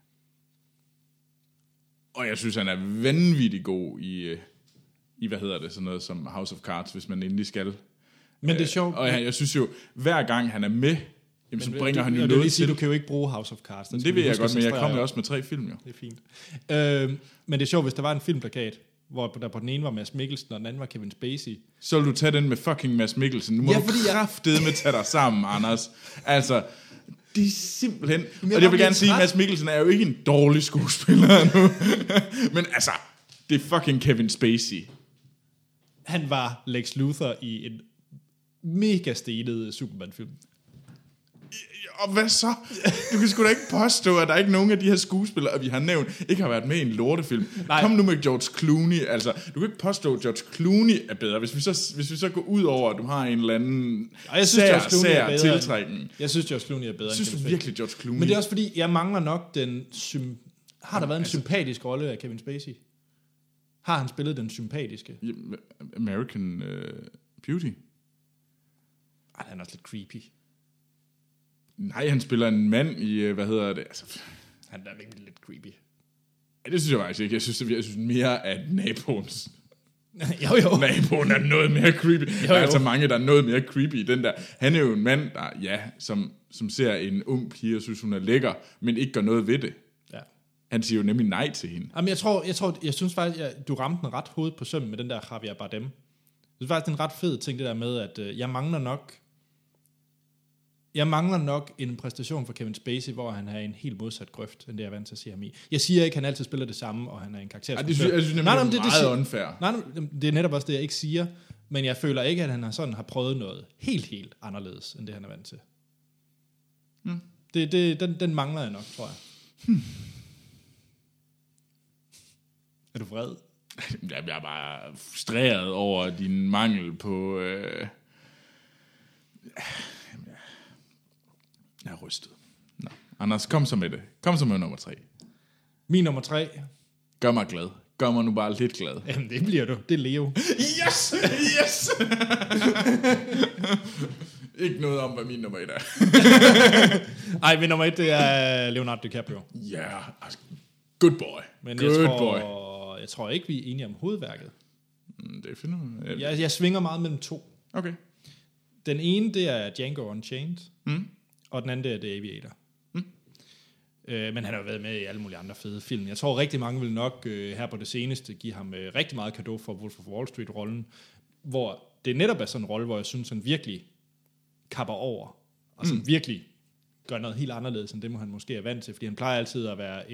Og jeg synes, han er vanvittig god i sådan noget som House of Cards, hvis man endelig skal. Men det er sjovt. Og jeg synes jo, hver gang han er med, jamen, så bringer han jo noget til. Du kan jo ikke bruge House of Cards. Det ved jeg godt, men jeg kommer jo også med 3 film, jo. Det er fint. Men det er sjovt, hvis der var en filmplakat, hvor der på den ene var Mads Mikkelsen, og den anden var Kevin Spacey. Så vil du tage den med fucking Mads Mikkelsen. Nu må du kraftedeme tage dig sammen, Anders. Altså, det er simpelthen... Og jeg vil gerne sige, at Mads Mikkelsen er jo ikke en dårlig skuespiller nu. Men altså, det er fucking Kevin Spacey. Han var Lex Luthor i en mega stenet Superman-film. Og hvad så? Du kan sgu da ikke påstå, at der ikke nogen af de her skuespillere, vi har nævnt, ikke har været med i en lortefilm. Nej. Kom nu med George Clooney. Altså, du kan ikke påstå, at George Clooney er bedre. Hvis vi så går ud over, at du har en eller anden sær tiltrækning. Jeg synes, George Clooney er bedre. Synes du virkelig, George Clooney? Men det er også fordi, jeg mangler nok den... Har der været en sympatisk rolle af Kevin Spacey? Har han spillet den sympatiske? American Beauty? Ej, han er også lidt creepy. Nej, han spiller en mand i, hvad hedder det? Altså, han er virkelig lidt creepy. Ja, det synes jeg faktisk ikke. Jeg synes mere, at naboens... jo. Naboen er noget mere creepy. Jo. Der er altså mange, der er noget mere creepy i den der. Han er jo en mand, der, som ser en ung pige og synes, hun er lækker, men ikke gør noget ved det. Ja. Han siger jo nemlig nej til hende. Jamen, jeg synes faktisk, at du ramte den ret hoved på sømmen med den der Javier Bardem. Jeg synes faktisk, det er en ret fed ting, det der med, at jeg mangler nok en præstation for Kevin Spacey, hvor han har en helt modsat grøft, end det jeg er vant til at se ham i. Jeg siger ikke, at han altid spiller det samme, og han er en karakter. Jeg synes nemlig, det er meget unfair. Nej, det er netop også det, jeg ikke siger. Men jeg føler ikke, at han har prøvet noget helt anderledes, end det han er vant til. Den mangler jeg nok, tror jeg. Er du vred? Jeg er bare frustreret over din mangel på... Jeg er rystet. Nå. Anders, kom så med det. Kom så med nummer 3. Min nummer 3. Gør mig glad. Gør mig nu bare lidt glad. Jamen, det bliver du. Det er Leo. Yes! Ikke noget om, hvad min nummer 1 er. Ej, min nummer 1, det er Leonardo DiCaprio. Ja, yeah, good boy. Men jeg tror ikke, vi er enige om hovedværket. Det finder man. Jeg svinger meget mellem 2. Okay. Den ene, det er Django Unchained. Og den anden, det er The Aviator. Men han har jo været med i alle mulige andre fede film. Jeg tror, rigtig mange vil nok her på det seneste give ham rigtig meget cadeau for Wolf of Wall Street-rollen, hvor det netop er sådan en rolle, hvor jeg synes, han virkelig kapper over, og som virkelig gør noget helt anderledes, end det han måske er vant til, fordi han plejer altid at være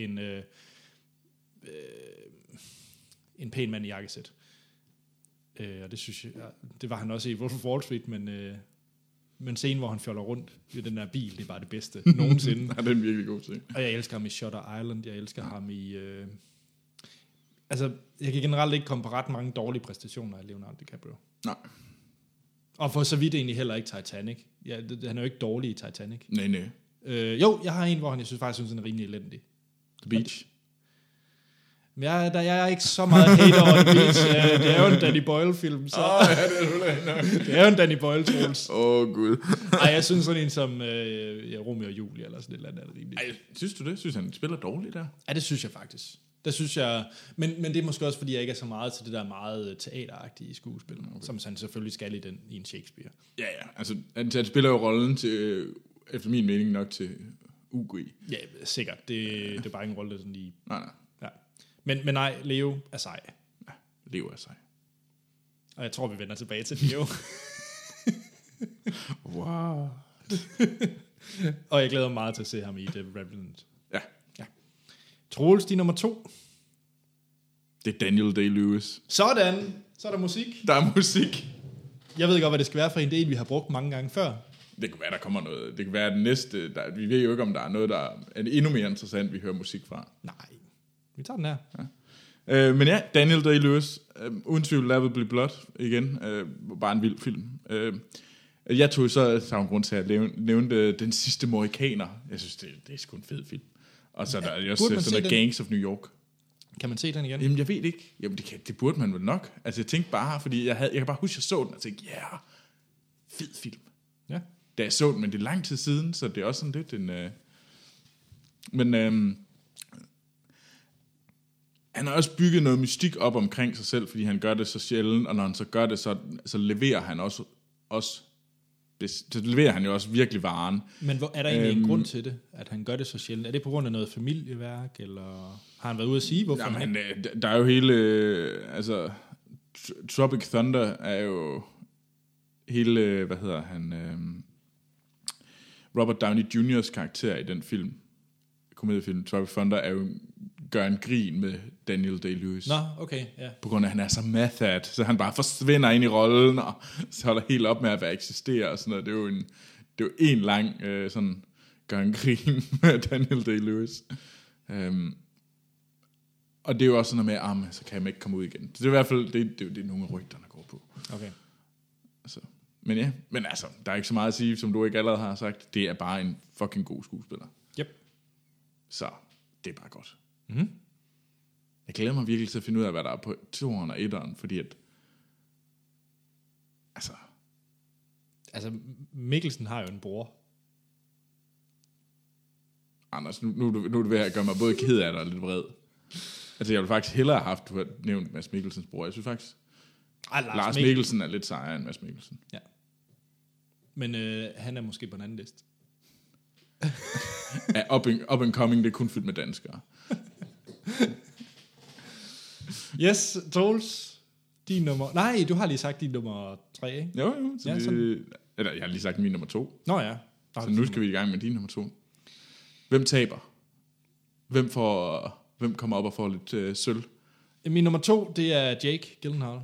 en pæn mand i jakkesæt. Og det synes jeg, det var han også i Wolf of Wall Street, men scenen, hvor han fjoller rundt i den der bil, det er bare det bedste nogensinde. Ja, det er en virkelig god scene. Og jeg elsker ham i Shutter Island, jeg elsker ham i... Altså, jeg kan generelt ikke komme på ret mange dårlige præstationer af Leonardo DiCaprio. Nej. Og for så vidt egentlig heller ikke Titanic. Han er jo ikke dårlig i Titanic. Nej. Jo, jeg har en, hvor jeg faktisk synes, han er rimelig elendig. The Beach. Jeg er ikke så meget hater over The Beach. Det er jo en Danny Boyle-film, så... det er jo en Danny Boyle-Troels. Gud. Ej, jeg synes sådan en som Romeo og Julie, eller sådan et eller andet. Ej, synes du det? Synes han spiller dårligt der? Ja, det synes jeg faktisk. Det synes jeg... Men det er måske også, fordi jeg ikke er så meget til det der meget teateragtige skuespil, som han selvfølgelig skal i en Shakespeare. Ja. Altså, han spiller jo rollen til, efter min mening nok til UG. Ja, sikkert. Det er bare ikke en rolle, der sådan lige... Nej. Ja. Men nej, Leo er sej. Ja, Leo er sej. Og jeg tror, vi vender tilbage til Leo. Wow. Og jeg glæder mig meget til at se ham i The Revenant. Ja. Troels, din nummer 2. Det er Daniel Day-Lewis. Sådan. Så er der musik. Der er musik. Jeg ved godt, hvad det skal være for en del, vi har brugt mange gange før. Det kan være, der kommer noget. Det kan være, den næste... vi ved jo ikke, om der er noget, der er endnu mere interessant, vi hører musik fra. Nej. Vi tager den her. Ja. Men ja, Daniel Day-Lewis. Uden tvivl, There Will Be Blood igen. Bare en vild film. Jeg tog så en grund til at nævne Den Sidste Mohikaner. Jeg synes, det er sgu en fed film. Og så der er også sådan noget Gangs of New York. Kan man se den igen? Jamen, jeg ved ikke. Jamen, det burde man vel nok. Altså, jeg tænkte bare, fordi jeg kan bare huske, at jeg så den, og tænkte, fed film. Ja. Da jeg så den, men det er lang tid siden, så det er også sådan lidt en... han har også bygget noget mystik op omkring sig selv, fordi han gør det så sjældent, og når han så gør det, så leverer han også så leverer han jo også virkelig varen. Men er der egentlig en grund til det, at han gør det så sjældent? Er det på grund af noget familieværk, eller har han været ude at sige, hvorfor? Jamen, der er jo hele... Tropic Thunder er jo hele... Hvad hedder han? Robert Downey Jr.'s karakter i den film. Komediefilm Tropic Thunder er jo... gør en grin med Daniel Day-Lewis. Nå, okay, ja. På grund af, at han er så method, så han bare forsvinder ind i rollen, og så holder helt op med at være eksistere og sådan noget. Det er jo det er jo en lang sådan gør en grin med Daniel Day-Lewis. Og det er jo også sådan noget med, så kan jeg ikke komme ud igen. Det er i hvert fald, det er nogle af rygterne, der går på. Okay. Altså, men altså, der er ikke så meget at sige, som du ikke allerede har sagt. Det er bare en fucking god skuespiller. Yep. Så det er bare godt. Mm-hmm. Jeg glæder mig virkelig til at finde ud af, hvad der er på 2'eren og 1'eren, fordi at Altså, Mikkelsen har jo en bror. Anders, nu er du ved at gøre mig både ked af dig og lidt vred. Altså, jeg ville faktisk hellere have haft, du har nævnt Mads Mikkelsens bror. Jeg synes faktisk, Lars Mikkelsen er lidt sejere end Mads Mikkelsen. Ja. Men han er måske på en anden liste. Ja, up and coming, det er kun fyldt med danskere. Yes, Troels. Din nummer... Nej, du har lige sagt din nummer 3, ikke? Jo. Så ja, eller, jeg har lige sagt min nummer 2. Nå ja. Så nu skal vi i gang med din nummer 2. Hvem taber? Hvem kommer op og får lidt sølv? Min nummer 2, det er Jake Gyllenhaal.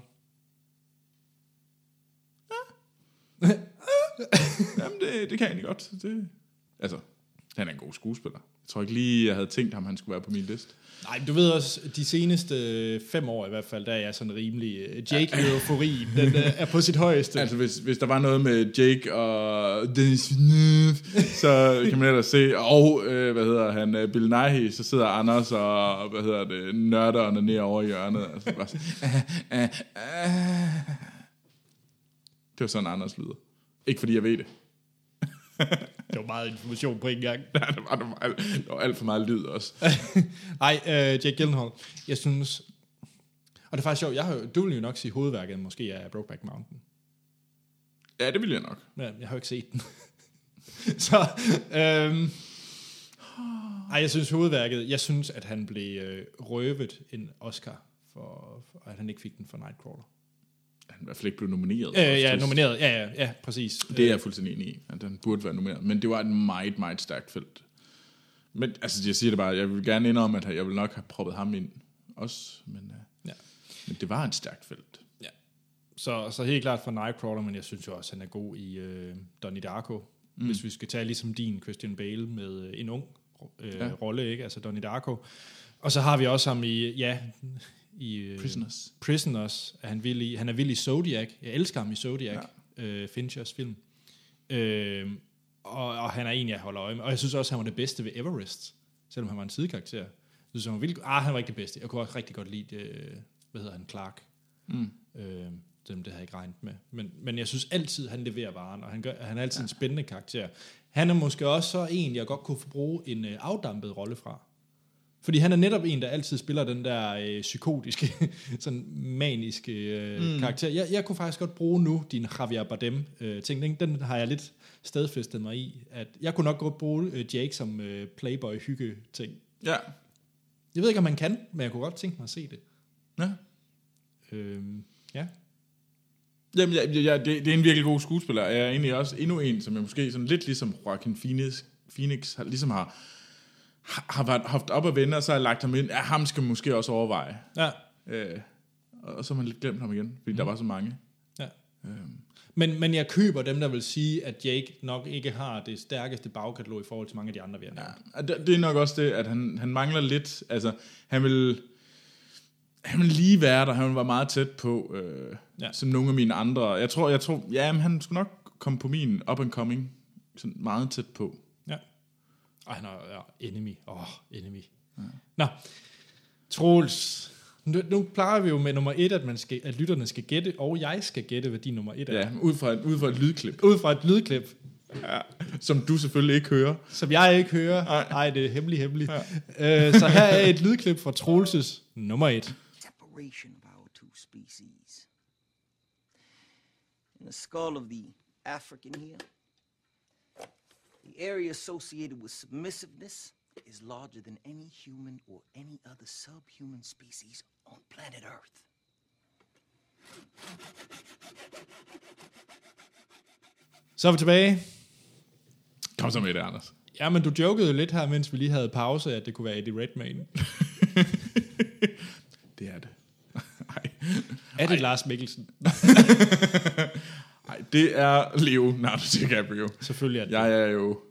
Jamen, det kan jeg egentlig godt. Altså, han er en god skuespiller. Jeg tror ikke lige, jeg havde tænkt ham, han skulle være på min liste. Nej, du ved også, de seneste 5 år i hvert fald, der er jeg sådan rimelig... Jake-eufori, den er på sit højeste. Altså, hvis der var noget med Jake og Dennis Villeneuve, så kan man ellers se, og Bill Nighy, så sidder Anders og, nørderne ned over i hjørnet. Altså, bare det var sådan, Anders lyder. Ikke fordi jeg ved det. Det var meget information på en gang. Ja, der var alt for meget lyd også. Nej, Jake Gyllenhaal. Jeg synes... Og det er faktisk sjovt, du vil jo nok sige, hovedværket måske er Brokeback Mountain. Ja, det vil jeg nok. Ja, jeg har jo ikke set den. Så... jeg synes hovedværket... Jeg synes, at han blev røvet en Oscar, for at han ikke fik den for Nightcrawler. Han i hvert fald ikke blev nomineret. Nomineret. Ja, præcis. Det er jeg fuldstændig enig i, at den burde være nomineret. Men det var et meget, meget stærkt felt. Men altså, jeg siger det bare, jeg vil gerne indrømme, at jeg vil nok have proppet ham ind også. Men det var et stærkt felt. Ja. Så helt klart for Nightcrawler, men jeg synes jo også, han er god i Donnie Darko. Hvis vi skal tage ligesom din Christian Bale med en ung rolle, ikke? Altså Donnie Darko. Og så har vi også ham i Prisoners. Han er vild i Zodiac. Jeg elsker ham i Zodiac. Finchers film. Og han er en, jeg holder øje med. Og jeg synes også, han var det bedste ved Everest. Selvom han var en sidekarakter. Jeg synes, han var vildt... han var ikke det bedste. Jeg kunne også rigtig godt lide, Clark. Det havde jeg ikke regnet med. Men jeg synes altid, han leverer varen. Og han er altid en spændende karakter. Han er måske også så en, jeg godt kunne bruge en afdampet rolle fra. Fordi han er netop en, der altid spiller den der psykotiske, sådan maniske karakter. Jeg kunne faktisk godt bruge nu din Javier Bardem-ting. Den har jeg lidt stedfæstet mig i. At jeg kunne nok godt bruge Jake som playboy-hygge-ting. Ja. Jeg ved ikke, om man kan, men jeg kunne godt tænke mig at se det. Ja. Ja. Jamen, det er en virkelig god skuespiller. Jeg er egentlig også endnu en, som jeg måske sådan lidt ligesom Joaquin Phoenix ligesom har haft op at vende, og så har jeg lagt ham ind. Ja, ham skal man måske også overveje. Ja. Og så har man lidt glemt ham igen, fordi der var så mange. Ja. Men jeg køber dem, der vil sige, at Jake nok ikke har det stærkeste bagkatalog i forhold til mange af de andre, vi har nævnt. Ja, det er nok også det, at han mangler lidt. Altså, han vil lige være der. Han vil være meget tæt på, som nogle af mine andre. Jeg tror, han skulle nok komme på min up and coming, sådan meget tæt på. Ja. Og han er Enemy. Enemy. Ja. Nå, Troels. Nu plejer vi jo med nummer 1, at lytterne skal gætte, og jeg skal gætte, hvad din nummer 1 er. Ja, ud fra et lydklip. Ud fra et lydklip. Ja, som du selvfølgelig ikke hører. Som jeg ikke hører. Nej, det er hemmeligt. Ja. Så her er et lydklip fra Troelses nummer 1. Separation of our two species. In the skull of the African here, the area associated with submissiveness is larger than any human or any other subhuman species on planet Earth. Så er vi tilbage. Kom så med det, Anders. Ja, men du jokede lidt her, mens vi lige havde pause, at det kunne være Eddie Redmayne. Det er det. Er det Lars Mikkelsen? Nej, det er Leonardo DiCaprio. Selvfølgelig er det. Jeg er jo...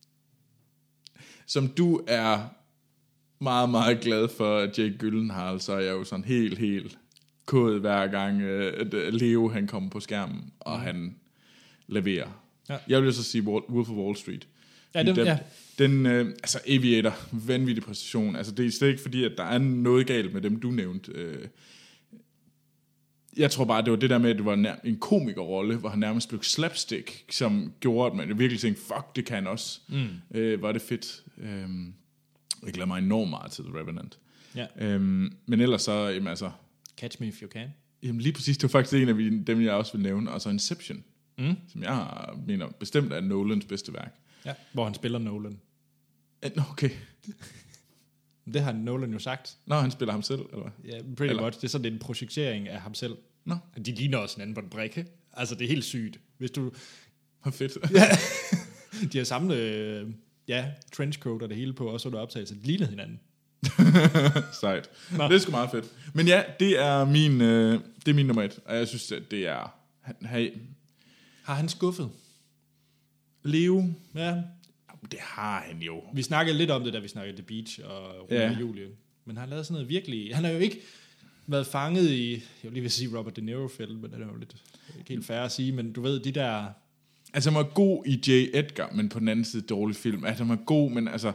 Som du er meget, meget glad for Jake Gyllenhaal, så er jeg jo sådan helt kod hver gang Leo han kommer på skærmen, og han leverer. Ja. Jeg vil så sige Wolf of Wall Street. Ja, den altså Aviator, vanvittig præstation. Altså det er slet ikke fordi, at der er noget galt med dem, du nævnte. Jeg tror bare, det var det der med, at det var en komikerrolle, hvor han nærmest blev slapstick, som gjorde, at man virkelig tænkte, fuck, det kan han også. Var det fedt. Jeg glæder mig enormt meget til The Revenant. Ja. Men ellers så, jamen altså... Catch Me If You Can. Jamen lige præcis, det var faktisk en af dem, jeg også vil nævne. Og så Inception, som jeg mener bestemt er Nolans bedste værk. Ja, hvor han spiller Nolan. Okay. Det har Nolan jo sagt. Nå, han spiller ham selv, eller hvad? Ja, pretty much. Det er sådan en projektering af ham selv. Nå. De ligner også en anden på en brikke. Altså, det er helt sygt. Hvis du... Hvor fedt. De har samlet, trenchcoat og det hele på, og så er der optaget, så de ligner hinanden. Sejt. Nå. Det er sgu meget fedt. Men ja, det er min nummer 1, og jeg synes, at det er... Har han skuffet? Leo? Ja. Det har han jo. Vi snakkede lidt om det, da vi snakkede The Beach og Romeo og Julie. Men han har lavet sådan noget virkelig... Han har jo ikke været fanget i... Jeg vil lige vil sige Robert De Niro-film, men det er jo lidt ikke helt fair at sige, men du ved, de der... Altså, han var god i J. Edgar, men på den anden side dårlig film. Altså, han var god, men altså...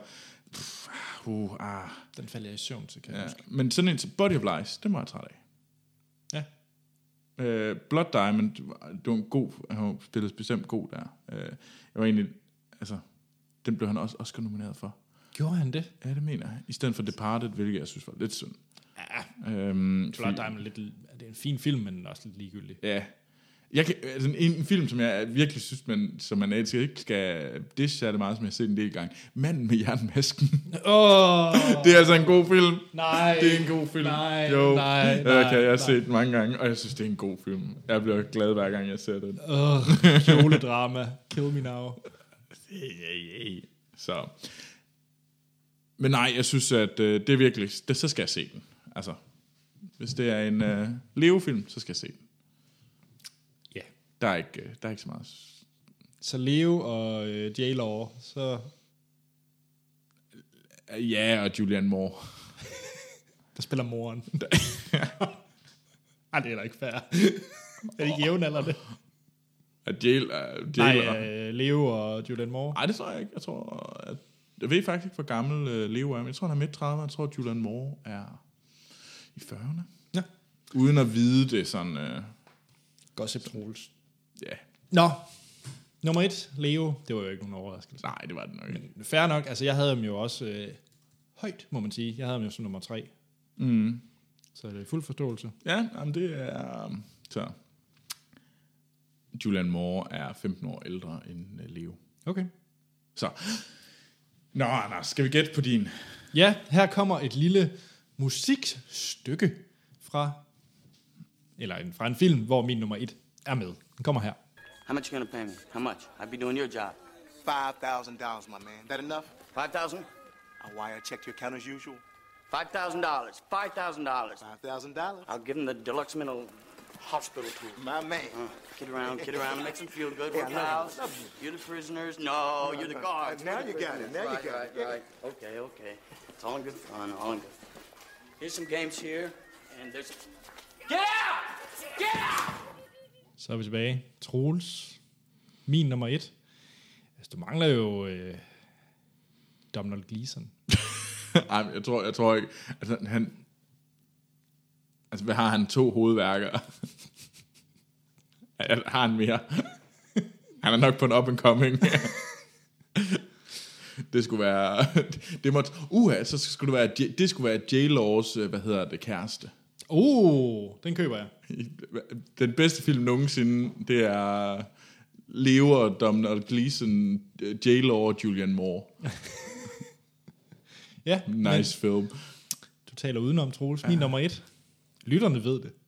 Den falder jeg i søvn til, kan jeg huske. Men sådan en til Body of Lies, det var jeg træt af. Ja. Blood Diamond, det var en god... Han spillede bestemt god der. Jeg var egentlig... Altså... Den blev han også Oscar nomineret for. Gjorde han det? Ja, det mener jeg. I stedet for Departed, hvilket jeg synes var lidt synd. Ja. Blood Diamond det er en fin film, men også lidt ligegyldig. Ja. Altså en film, som jeg virkelig synes, man ikke skal dishe, er det meget, som jeg har set en del gange. Manden med jernmasken. Det er altså en god film. Nej. Det er en god film. Nej. Jeg har set den mange gange, og jeg synes, det er en god film. Jeg bliver glad hver gang, jeg ser den. Kjoledrama. Kill me now. Så. Men nej, jeg synes, at det er virkelig... så skal jeg se den. Altså, hvis det er en Leo-film, så skal jeg se den. Ja. Der er ikke så meget. Så Leo og J-Law, så... Ja, og Julianne Moore. Der spiller moren. Ej, det er da ikke fair. Er det ikke jævnaldrende? Nej, Leo og Julianne Moore. Nej, det tror jeg ikke. Jeg ved faktisk ikke, hvor gammel Leo er, men jeg tror, han er midt 30'erne. Jeg tror, Julianne Moore er i 40'erne. Ja. Uden at vide det sådan... Gossip Troels. Ja. Nå, nummer 1, Leo. Det var jo ikke nogen overraskelse. Nej, det var det nok ikke. Men fair nok. Altså, jeg havde ham jo også højt, må man sige. Jeg havde ham jo som nummer 3. Så det er fuld forståelse. Ja, jamen det er... Så... Julianne Moore er 15 år ældre end Leo. Okay. Så. Nå, Anders, skal vi gætte på din? Ja, her kommer et lille musikstykke fra en film, hvor min nummer 1 er med. Den kommer her. How much you gonna pay me? How much? I'll be doing your job. $5,000, my man. That enough? 5,000? I'll wire check to your account as usual. $5,000. $5,000. $5,000? I'll give them the deluxe mental hospital tour. My man. Kid around, make them feel good. Yeah, Work out. You're the prisoners. No, you're the guards. Now you got it. Now you got it. Right. Okay. It's all in good fun. All in good. Here's some games here, and there's... Get out! Get out! Så er vi tilbage. Troels. Min nummer 1. Altså, du mangler jo Donald Gleeson. Nej, jeg tror ikke. Altså, hvad har han 2 hovedværker? Har han mere? Han er nok på en up and coming. Det skulle være... så skulle det skulle være J-Laws, kæreste. Den køber jeg. Den bedste film nogensinde, det er Leo og Donald Gleeson, J-Law og Julianne Moore. Ja. Nice film. Du taler udenom, Troels. Min nummer 1. Lytterne ved det.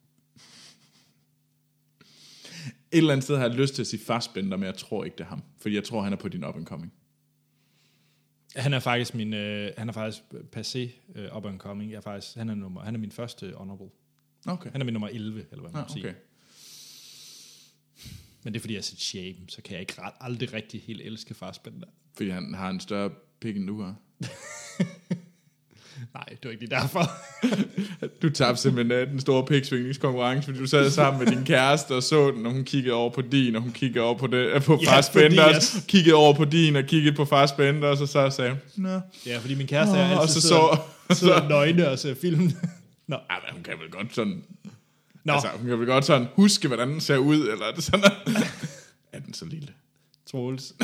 Et eller andet sted har jeg lyst til at sige Fassbender, men jeg tror ikke, det er ham. Fordi jeg tror, han er på din up and coming. Han er faktisk passé up and coming. Han er min første honorable. Okay. Han er min nummer 11, eller hvad man siger. Okay. Men det er fordi, jeg har set Shame, så kan jeg ikke aldrig rigtig helt elske Fassbender. Fordi han har en større pik, end du har. Nej, det var ikke lige derfor. Du tabte simpelthen den store piksvingningskonkurrence, fordi du sad sammen med din kæreste og så den, og hun kiggede over på din, og hun kiggede over på Fassbender, kiggede over på din, og kiggede på Fassbender, og så sagde hun, ja, fordi min kæreste er altid sidder nøgne og ser film. Nå. Ja, men hun kan vel godt sådan... Altså, hun kan vel godt sådan huske, hvordan den ser ud, eller er det sådan... Er den så lille? Troels.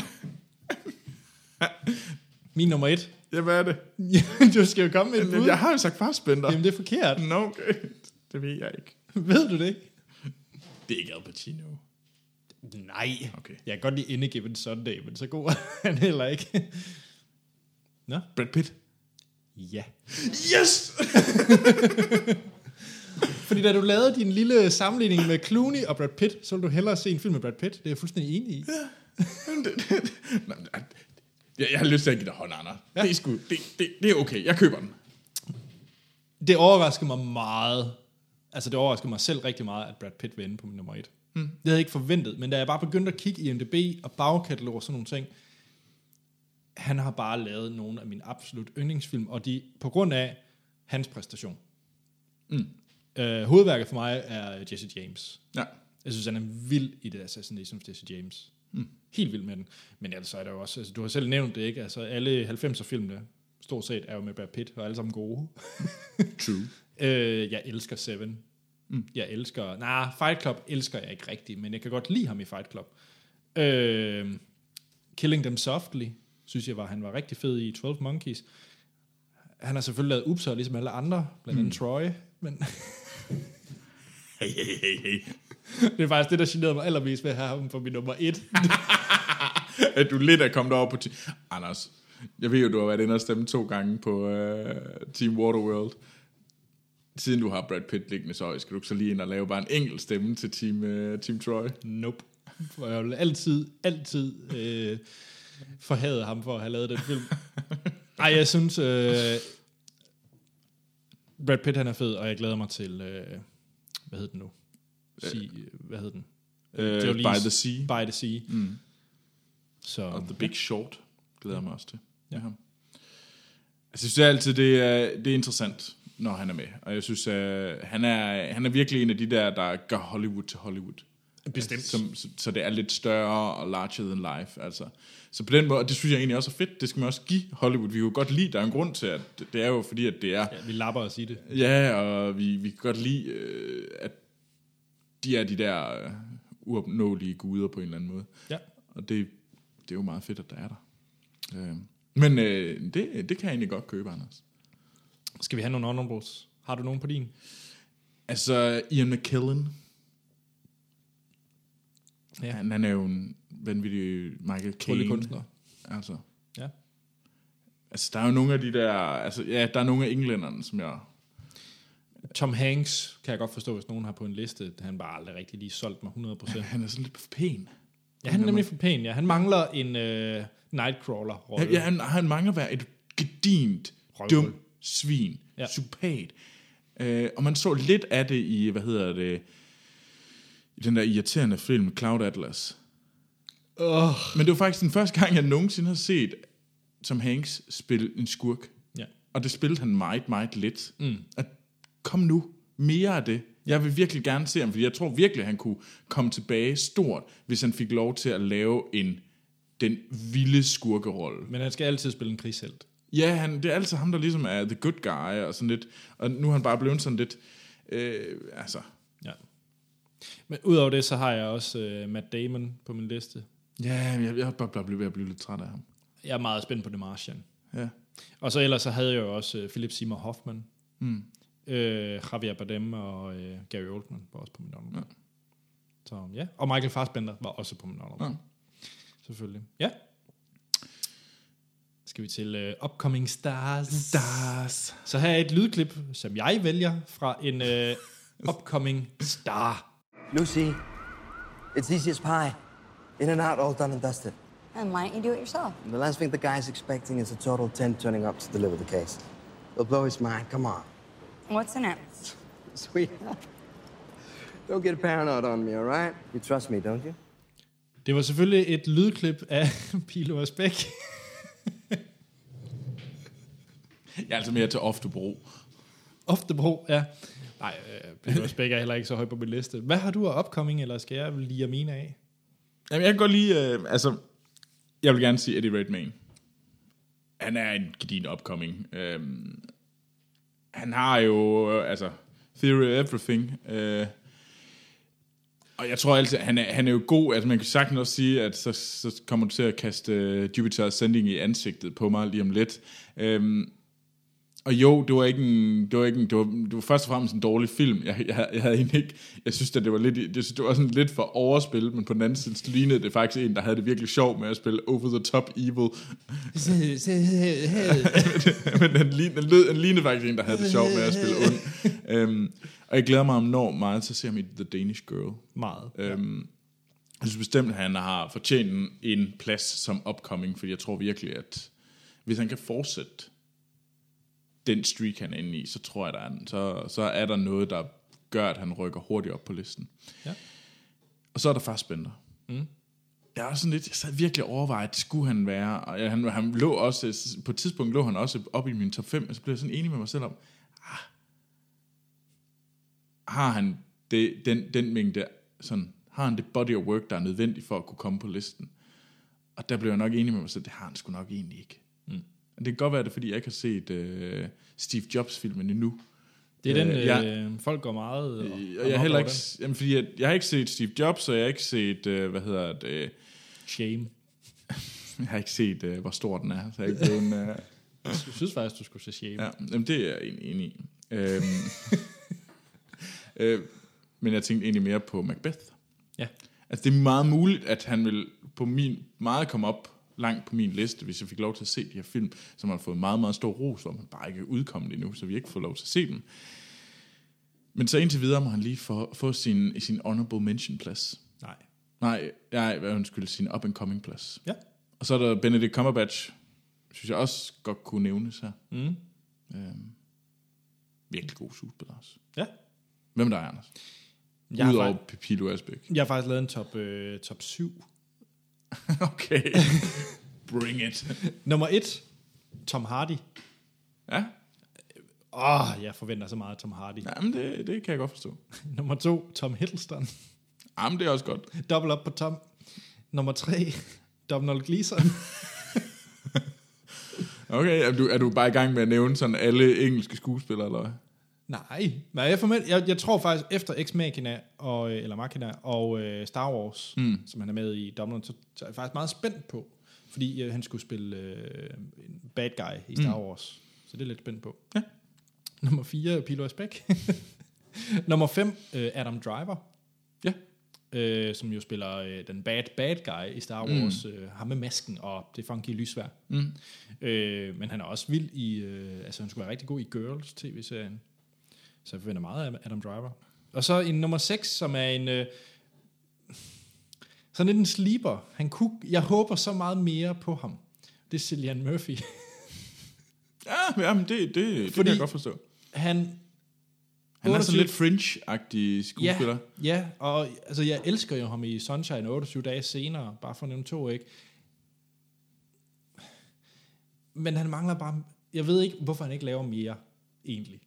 Min nummer 1. Ja, hvad er det? Du skal jo komme med et bud. Jeg har jo sagt Fassbender. Jamen, det er forkert. Nå, okay. Det ved jeg ikke. Ved du det ikke? Det er ikke Al Pacino. Nej. Okay. Jeg kan godt lide Any Given Sunday, men så god er han heller ikke. Nå? Brad Pitt? Ja. Yes! Fordi da du lavede din lille sammenligning med Clooney og Brad Pitt, så ville du hellere se en film med Brad Pitt. Det er jeg fuldstændig enig i. Jeg har lyst til at give dig hånd, Anders. Ja. Det er okay. Jeg køber den. Det overrasker mig meget. Altså, det overrasker mig selv rigtig meget, at Brad Pitt vil ende på min nummer 1. Det havde jeg ikke forventet. Men da jeg bare begyndte at kigge i IMDb og bagkatalog og sådan nogle ting, han har bare lavet nogle af mine absolut yndlingsfilm, og de på grund af hans præstation. Hovedværket for mig er Jesse James. Ja. Jeg synes, han er vild i det Assassination of Jesse James. Helt vild med den. Men ellers er der jo også, altså, du har selv nævnt det, ikke? Altså, alle 90'er-filmene, stort set, er jo med Brad Pitt, og alle sammen gode. True. Jeg elsker Seven. Jeg elsker... Fight Club elsker jeg ikke rigtigt, men jeg kan godt lide ham i Fight Club. Killing Them Softly, synes jeg, han var rigtig fed i 12 Monkeys. Han har selvfølgelig lavet Upser, ligesom alle andre, blandt andet Troy, men... Hey. Det er faktisk det, der generede mig allermest ved at have ham på min nummer 1. At du lidt er kommet over på... Anders, jeg ved jo, du har været inde og stemme 2 gange på Team Waterworld. Siden du har Brad Pitt liggende, så skal du så lige ind og lave bare en enkelt stemme til Team Troy. Nope. For jeg vil altid forhade ham for at have lavet den film. Ej, jeg synes... Brad Pitt, han er fed, og jeg glæder mig til... hvad hed den nu? Hvad hed den? By the Sea. By the Sea. Så, og The Big Short glæder jeg mig også til. Ja. Altså, jeg synes altid, det er interessant, når han er med. Og jeg synes, han er virkelig en af de der gør Hollywood til Hollywood. Bestemt. Så det er lidt større og larger than life. Altså. Så på den måde, og det synes jeg egentlig også er fedt, det skal man også give Hollywood. Vi kan jo godt lide, der er en grund til, at det er jo fordi, at det er... Ja, vi lapper os i det. Ja, og vi kan godt lide, at de er de der uopnåelige guder på en eller anden måde. Ja. Og det er jo meget fedt, at der er der. Men det kan jeg egentlig godt købe, Anders. Skal vi have nogle honorables? Har du nogen på din? Altså, Ian McKellen. Ja. Han er jo en vanvittig Michael Caine. Kunstner. Altså. Ja. Altså, der er jo nogle af de der... Altså, ja, der er nogle af englænderne, som jeg... Tom Hanks kan jeg godt forstå, hvis nogen har på en liste. Han bare aldrig rigtig lige solgt mig 100%. Han er sådan lidt for pæn. Ja, han er nemlig for pæn, ja. Han mangler en Nightcrawler-rolle. Ja, han mangler at være et gedint, dum svin. Ja. Psykopat. Og man så lidt af det i, i den der irriterende film Cloud Atlas. Men det var faktisk den første gang, jeg nogensinde har set Tom Hanks spille en skurk. Ja. Og det spillede han meget, meget lidt. At kom nu, mere af det. Jeg vil virkelig gerne se ham, fordi jeg tror virkelig, han kunne komme tilbage stort, hvis han fik lov til at lave den vilde skurkerolle. Men han skal altid spille en krigshelt. Ja, det er altid ham, der ligesom er the good guy, og sådan lidt, og nu er han bare blevet sådan lidt, Ja. Men udover det, så har jeg også Matt Damon på min liste. Ja, jeg er bare ved at blive lidt træt af ham. Jeg er meget spændt på The Martian. Ja. Og så ellers så havde jeg jo også Philip Seymour Hoffman. Javier Bardem og Gary Oldman var også på min honorable. Ja. Så ja, og Michael Fassbender var også på min honorable. Ja. Selvfølgelig. Ja. Skal vi til Upcoming Stars. Så her er et lydklip, som jeg vælger fra en upcoming star. Lucy, it's easy as pie. In and out, all done and dusted. And why don't you do it yourself? The last thing the guy's expecting is a total 10 turning up to deliver the case. They'll blow his mind, come on. What's in it? Sweetheart, don't get paranoid on me, all right? You trust me, don't you? Det var selvfølgelig et lydklip af Pilo Asbæk. Jeg er altså mere til Oftebro. Oftebro, ja. Nej, Pilo Asbæk er heller ikke så høj på min liste. Hvad har du af upcoming, eller skal jeg lige mine af? Jamen, jeg kan godt lide... jeg vil gerne sige Eddie Redmayne. Han er en gedigen upcoming. Han har jo... Theory of Everything. Og jeg tror altid, han er jo god. Altså, man kan sagtens også sige, at så kommer du til at kaste Jupiter Ascending i ansigtet på mig lige om lidt. Og jo, det var først og fremmest en dårlig film. Jeg havde egentlig ikke, jeg synes, at det var sådan lidt for overspil, men på den anden side så lignede det faktisk en, der havde det virkelig sjovt med at spille over the top evil. Men den lignede faktisk en, der havde det sjovt med at spille ond. Og jeg glæder mig enormt meget til at se ham i The Danish Girl. Meget. Jeg synes bestemt, at han har fortjent en plads som upcoming, fordi jeg tror virkelig, at hvis han kan fortsætte den streak, han er inde i, så tror jeg, så er der noget, der gør, at han rykker hurtigt op på listen. Ja. Og så er der Fassbender. Jeg er også sådan lidt, jeg sad virkelig overvejet, skulle han være, og han lå også, på et tidspunkt lå han også op i min top 5, og så blev jeg sådan enig med mig selv om, har han den mængde, sådan, har han det body of work, der er nødvendigt for at kunne komme på listen? Og der blev jeg nok enig med mig selv, det har han sgu nok egentlig ikke. Det kan godt være det, fordi jeg ikke har set Steve Jobs-filmen endnu. Det er den, folk går meget... jeg har heller ikke... Jamen, fordi jeg har ikke set Steve Jobs, og jeg har ikke set, Shame. Jeg har ikke set, hvor stor den er. Så jeg ikke blevet, Jeg synes faktisk, du skulle se Shame. Ja, jamen, det er jeg egentlig enig i. Men jeg tænkte egentlig mere på Macbeth. Ja. Altså, det er meget muligt, at han vil meget komme op langt på min liste, hvis jeg fik lov til at se de her film, som har fået meget, meget stor ros, hvor man bare ikke er udkommet endnu, så vi ikke får lov til at se dem. Men så indtil videre må han lige få sin honorable mention plads. Sin up and coming plads. Ja. Og så er der Benedict Cumberbatch, synes jeg også godt kunne nævnes her. Virkelig god skuespiller også. Ja. Hvem der er, Anders? Udover Pilo Asbæk. Jeg har faktisk lavet en top 7. Okay. Bring it. Nummer 1, Tom Hardy. Ja. Jeg forventer så meget af Tom Hardy. Jamen, det kan jeg godt forstå. Nummer 2, Tom Hiddleston. Jamen, det er også godt. Double up på Tom. Nummer 3, Domhnall Gleeson. Okay, er du bare i gang med at nævne sådan alle engelske skuespillere, eller hvad? Nej, jeg tror faktisk, efter Ex Machina og Star Wars, som han er med i Domhnall, så er jeg faktisk meget spændt på, fordi han skulle spille en bad guy i Star Wars. Så det er lidt spændt på. Ja. Nummer 4, Pilo Asbæk. Nummer 5, Adam Driver. Ja. Som jo spiller den bad guy i Star Wars. Ham med masken og det funky lysvær. Men han er også vild i... han skulle være rigtig god i Girls tv-serien. Så jeg forventer meget af Adam Driver. Og så en nummer 6, som er en... sådan lidt en sleeper. Jeg håber så meget mere på ham. Det er Cillian Murphy. Jamen det kan jeg godt forstå. Han er sådan lidt Fringe-agtig skuespiller. Ja, og altså, jeg elsker jo ham i Sunshine 28 dage senere, bare for at nævne 2, ikke? Men han mangler bare... Jeg ved ikke, hvorfor han ikke laver mere, egentlig.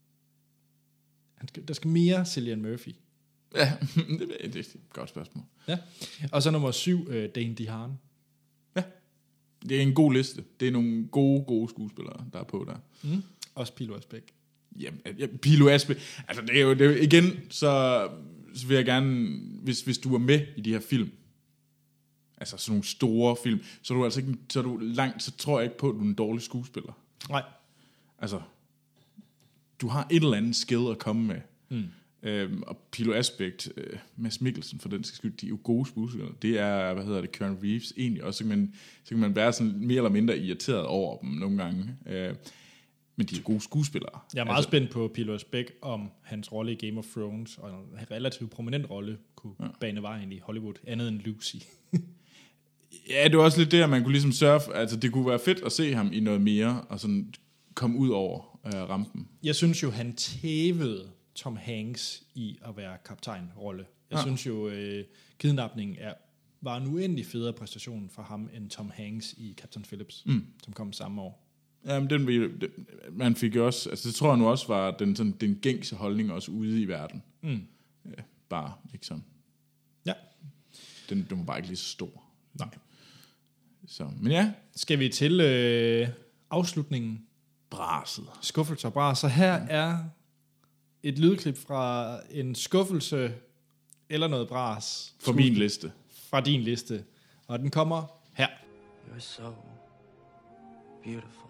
Der skal mere Cillian Murphy. Ja, det er et godt spørgsmål. Ja. Og så nummer 7, Dane DeHaan. Ja, det er en god liste. Det er nogle gode skuespillere, der er på der. Også Pilo Asbæk. Jamen, Pilo Asbæk. Altså, det er jo igen, så vil jeg gerne, hvis du er med i de her film, altså sådan nogle store film, så er du altså ikke, så tror jeg ikke på, at du er en dårlig skuespiller. Nej. Altså, du har et eller andet skill at komme med. Og Pilo Asbæk, Mads Mikkelsen for den skyld, de er jo gode skuespillere. Det er, Keanu Reeves egentlig også. Så kan man være sådan mere eller mindre irriteret over dem nogle gange. Men de er gode skuespillere. Jeg er meget spændt på Pilo Asbæk, om hans rolle i Game of Thrones, og en relativt prominent rolle, kunne bane vejen i Hollywood, andet end Lucy. Ja, det var også lidt det, at man kunne ligesom surfe. Altså, det kunne være fedt at se ham i noget mere, og sådan komme ud over rampen. Jeg synes jo, han tævede Tom Hanks i at være kaptajnrolle. Jeg synes jo, kidnapningen var en uendelig federe præstation for ham end Tom Hanks i Captain Phillips, som kom samme år. Jamen, man fik jo også, altså det tror jeg nu også var den gængse holdning også ude i verden. Bare ikke sådan. Ja. Den var bare ikke lige så stor. Nej. Så, men ja. Skal vi til afslutningen? Braset. Skuffelse og bras. Så her er et lydklip fra en skuffelse eller noget bras. For min liste. Fra din liste. Og den kommer her. You're so beautiful.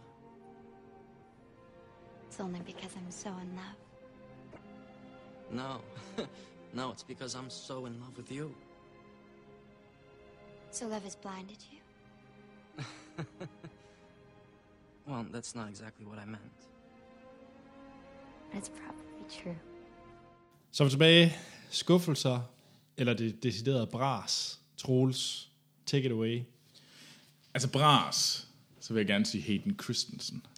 It's only because I'm so in love. No. No, it's because I'm so in love with you. So love has blinded you. Well, that's not exactly what I meant. But it's probably true. Så er vi tilbage. Skuffelser eller det deciderede bras. Troels, take it away. Altså bras, så vil jeg gerne sige Hayden Christensen.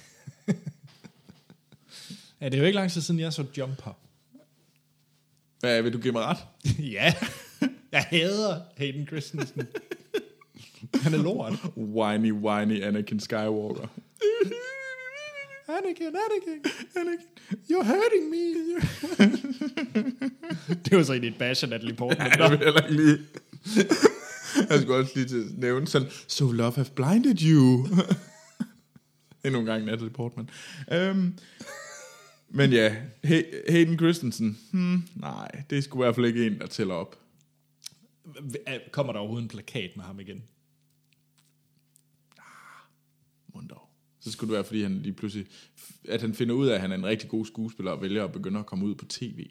Ja, det er jo ikke lang tid siden, jeg så Jumper. Hvad vil du give mig ret? Ja, jeg hader Hayden Christensen. Han er lort. Whiny Anakin Skywalker. Anakin, you're hurting me. Det var så egentlig et bash af Natalie Portman. Ja, det vil jeg ikke lige. Jeg skulle også lige til at nævne sådan, so love have blinded you. Endnu en gang Natalie Portman. Men ja, Hayden Christensen, nej, det skulle i hvert fald ikke en, der tæller op. Kommer der overhovedet en plakat med ham igen? Mundov. Så skulle det være, fordi han lige pludselig, at han finder ud af, at han er en rigtig god skuespiller, og vælger at begynde at komme ud på tv.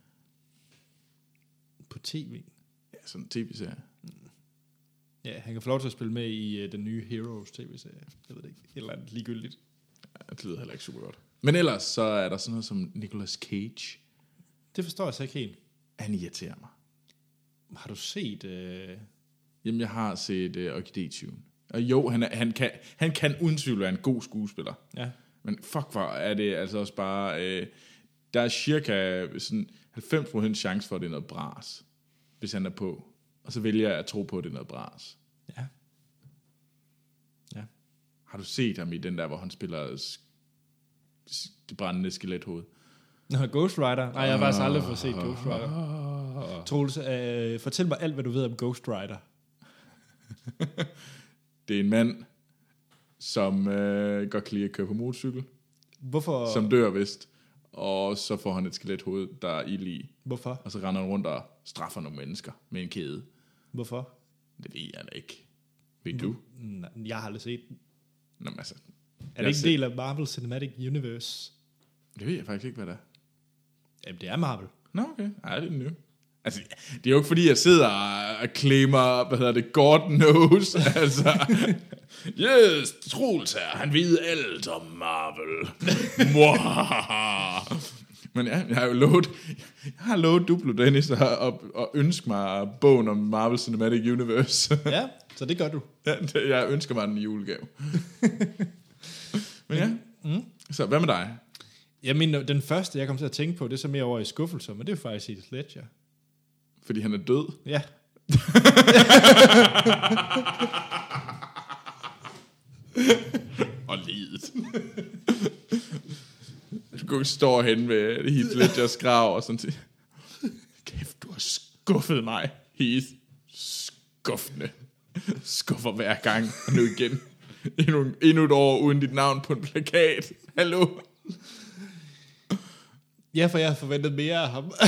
På tv? Ja, sådan en tv-serie. Ja, han kan få lov til at spille med i den nye Heroes tv-serie. Jeg ved det ikke. Et eller andet ligegyldigt. Ja, det lyder heller ikke super godt. Men ellers så er der sådan noget som Nicolas Cage. Det forstår jeg så ikke helt. Han irriterer mig. Har du set... Jamen, jeg har set Orkidé-tyven. Og jo, han kan uden tvivl være en god skuespiller. Ja. Men fuck, hvor er det altså også bare... der er cirka sådan 90% chance for, at det er noget bras, hvis han er på. Og så vælger jeg at tro på, at det er noget bras. Ja. Ja. Har du set ham i den der, hvor han spiller det brændende skelethoved? Nå, Ghost Rider? Nej, jeg har faktisk aldrig fået set Ghost Rider. Troels, fortæl mig alt, hvad du ved om Ghost Rider. Det er en mand, som godt kan lide at køre på motorcykel. Hvorfor? Som dør vist. Og så får han et skelethoved, der er ild i. Hvorfor? Og så render han rundt og straffer nogle mennesker med en kæde. Hvorfor? Det ved jeg da ikke. Ved du? Nej, jeg har aldrig set den. Nå, men altså, er det ikke en del af Marvel Cinematic Universe? Det ved jeg faktisk ikke, hvad det er. Jamen, det er Marvel. Nå, okay. Ej, det er nyt. Altså, det er jo ikke fordi, jeg sidder og claimer, hvad hedder det, God knows. Altså, yes, Troels her, han ved alt om Marvel. Men ja, jeg har lovet Duplo Dennis at ønske mig bogen om Marvel Cinematic Universe. Ja, så det gør du. Ja, jeg ønsker mig den i julegave. Men ja, så hvad med dig? Jamen, den første, jeg kom til at tænke på, det er så mere over i skuffelser, men det er faktisk Heath Ledger. Fordi han er død? Ja. Og lidet. Du står hen ved Heath Ledgers grav og sådan siger, kæft, du har skuffet mig, Heath. Skuffende. Skuffer hver gang. Og nu igen. Endnu et år uden dit navn på en plakat. Hallo? Ja, for jeg havde forventet mere af ham.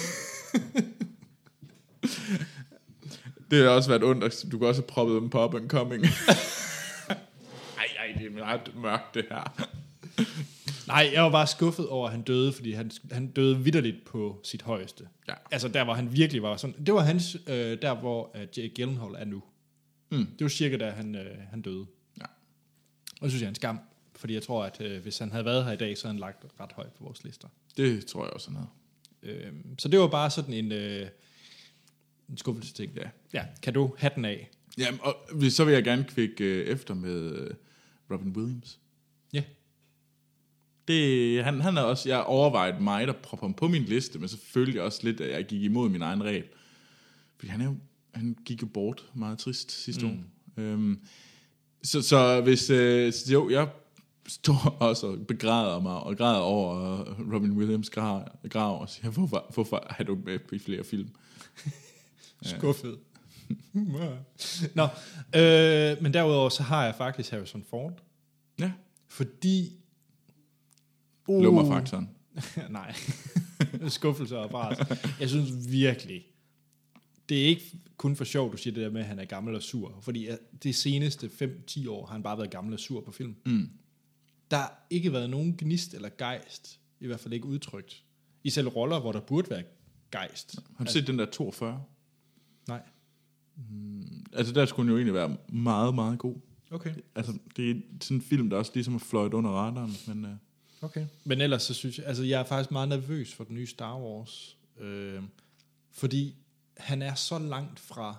Det har også været ondt. Du kan også have proppet dem på up and coming. Ej, det er meget mørkt, det her. Nej, jeg var bare skuffet over, at han døde, fordi han døde vitterligt på sit højeste. Ja. Altså der, hvor han virkelig var sådan. Det var hans, der hvor Jake Gyllenhaal er nu. Det var cirka da han døde. Ja. Og det synes jeg er en skam, fordi jeg tror, at hvis han havde været her i dag, så havde han lagt ret højt på vores lister. Det tror jeg også, han havde. Så det var bare sådan en skuffelse ting. Ja, kan du have den af? Ja, og så vil jeg gerne kvikke efter med Robin Williams. Ja. Han er også, jeg overvejede mig, der propper ham på min liste, men selvfølgelig også lidt, at jeg gik imod min egen regel. Fordi han er jo Han gik jo bort meget trist sidste år. Så hvis... jeg står også og begræder mig og græder over Robin Williams grav og siger, hvorfor har du med på flere film? Skuffet. Nå, men derudover så har jeg faktisk Harrison Ford. Ja. Fordi... Lummerfaktoren. Nej. Skuffelse og bare. Jeg synes virkelig, det er ikke kun for sjov, du siger det der med, at han er gammel og sur. Fordi de seneste 5-10 år har han bare været gammel og sur på film. Der har ikke været nogen gnist eller gejst, i hvert fald ikke udtrykt. I selv roller, hvor der burde være gejst. Har du set den der 42? Nej. Altså der skulle den jo egentlig være meget, meget god. Okay. Altså det er sådan en film, der også ligesom er fløjt under radaren, men... Okay. Men ellers så synes jeg, altså jeg er faktisk meget nervøs for den nye Star Wars, fordi han er så langt fra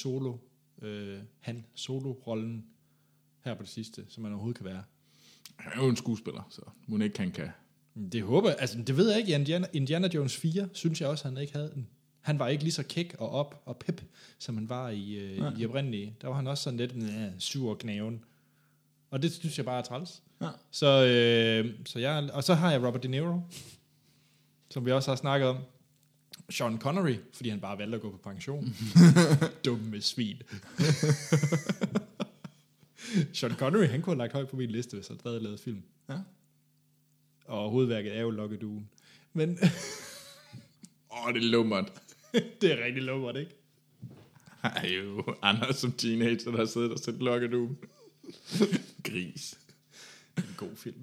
Han Solo-rollen her på det sidste, som man overhovedet kan være. Han er jo en skuespiller, så må ikke han kan. Det håber jeg, altså det ved jeg ikke. Indiana Jones 4, synes jeg også, han ikke havde den. Han var ikke lige så kæk og op og pep, som han var i oprindelige. Der var han også sådan lidt sur og knæven. Og det synes jeg bare er træls. Ja. Og så har jeg Robert De Niro, som vi også har snakket om. Sean Connery, fordi han bare valgte at gå på pension. Dumme svin. Sean Connery, han kunne have lagt højt på min liste, hvis han havde lavet film. Ja. Og hovedværket er jo Lokkeduen. Men... det er lummert. Det er rigtig lummert, ikke? Ej jo, Anders som teenager, der har siddet og set Lokkeduen. Gris. En god film.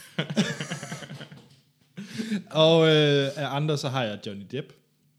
Og af andre, så har jeg Johnny Depp.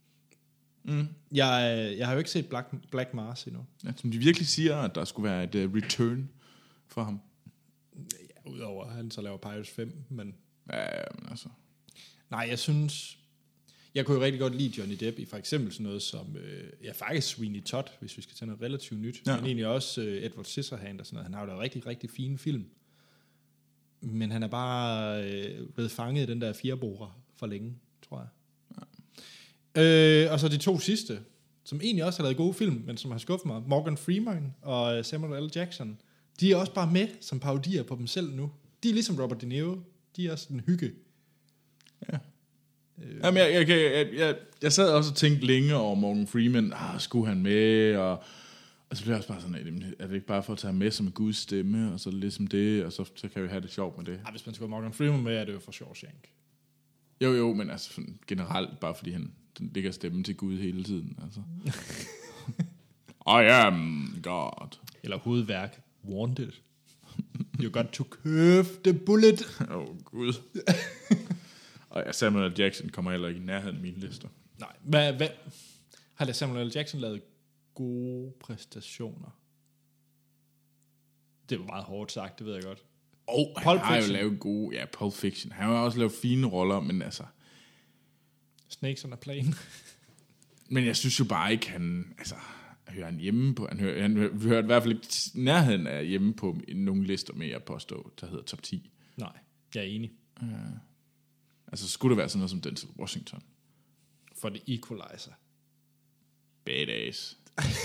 Jeg har jo ikke set Black Mars endnu. Ja, som de virkelig siger, at der skulle være et return for ham. Ja, udover at han så laver Pirates 5, men... Ja, men altså... Nej, jeg synes... Jeg kunne jo rigtig godt lide Johnny Depp i for eksempel sådan noget som... faktisk Sweeney Todd, hvis vi skal tage noget relativt nyt. Ja. Men egentlig også Edward Scissorhands og sådan noget. Han har jo lavet rigtig, rigtig fine film. Men han er bare blevet fanget i den der fireborer for længe, tror jeg. Ja. Og så de to sidste, som egentlig også har lavet gode film, men som har skuffet mig. Morgan Freeman og Samuel L. Jackson. De er også bare med som parodier på dem selv nu. De er ligesom Robert De Niro. De er også en hygge. Ja. Jamen, jeg sad også og tænkte længe over Morgan Freeman. Skulle han med? Og så blev jeg også bare sådan, er det ikke bare for at tage med som en Guds stemme, og så ligesom det, og så kan vi have det sjovt med det. Ja, hvis man skal have Morgan Freeman med, er det jo for Shawshank. Jo, men altså generelt, bare fordi han ligger stemmen til Gud hele tiden. Altså. I am God. Eller hovedværk, Wanted. You got to curve the bullet. Gud. Og Samuel L. Jackson kommer heller ikke i nærheden af mine lister. Nej, hvad har Samuel L. Jackson lavet gode præstationer? Det var meget hårdt sagt, det ved jeg godt. Han har jo lavet gode... Ja, Pulp Fiction. Han har jo også lavet fine roller, men altså... Snakes on a Plane. Men jeg synes jo bare ikke, han... Altså, hører han hjemme på... Han hører i hvert fald ikke nærheden af hjemme på nogle lister med, jeg påstår, der hedder top 10. Nej, jeg er enig. Altså, skulle det være sådan noget som Denzel Washington? For The Equalizer. Badass.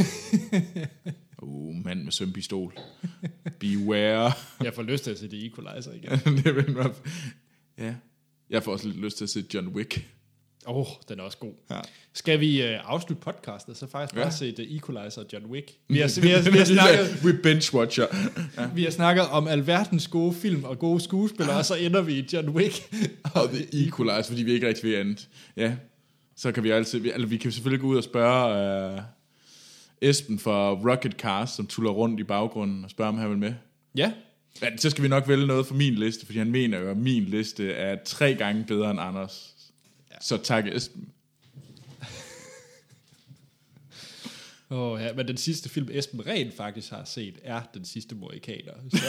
Mand med sømpistol. Beware. Jeg får lyst til at se The Equalizer igen. Ja. Jeg får også lidt lyst til at se John Wick. Den er også god. Ja. Skal vi afslutte podcastet, så faktisk bare se The Equalizer og John Wick? Vi har snakket... We binge-watcher. Ja. Vi har snakket om alverdens gode film og gode skuespillere, og så ender vi i John Wick. Og The Equalizer, fordi vi ikke rigtig ved andet. Ja. Så kan vi altid... vi kan selvfølgelig gå ud og spørge Esben fra Rocket Cast, som tuller rundt i baggrunden, og spørge, om han vil med. Ja. Men så skal vi nok vælge noget for min liste, fordi han mener jo, at min liste er 3 gange bedre end Anders. Ja. Så tak, Esben. Ja, men den sidste film, Esben rent faktisk har set, er Den Sidste Mohikaner. Så...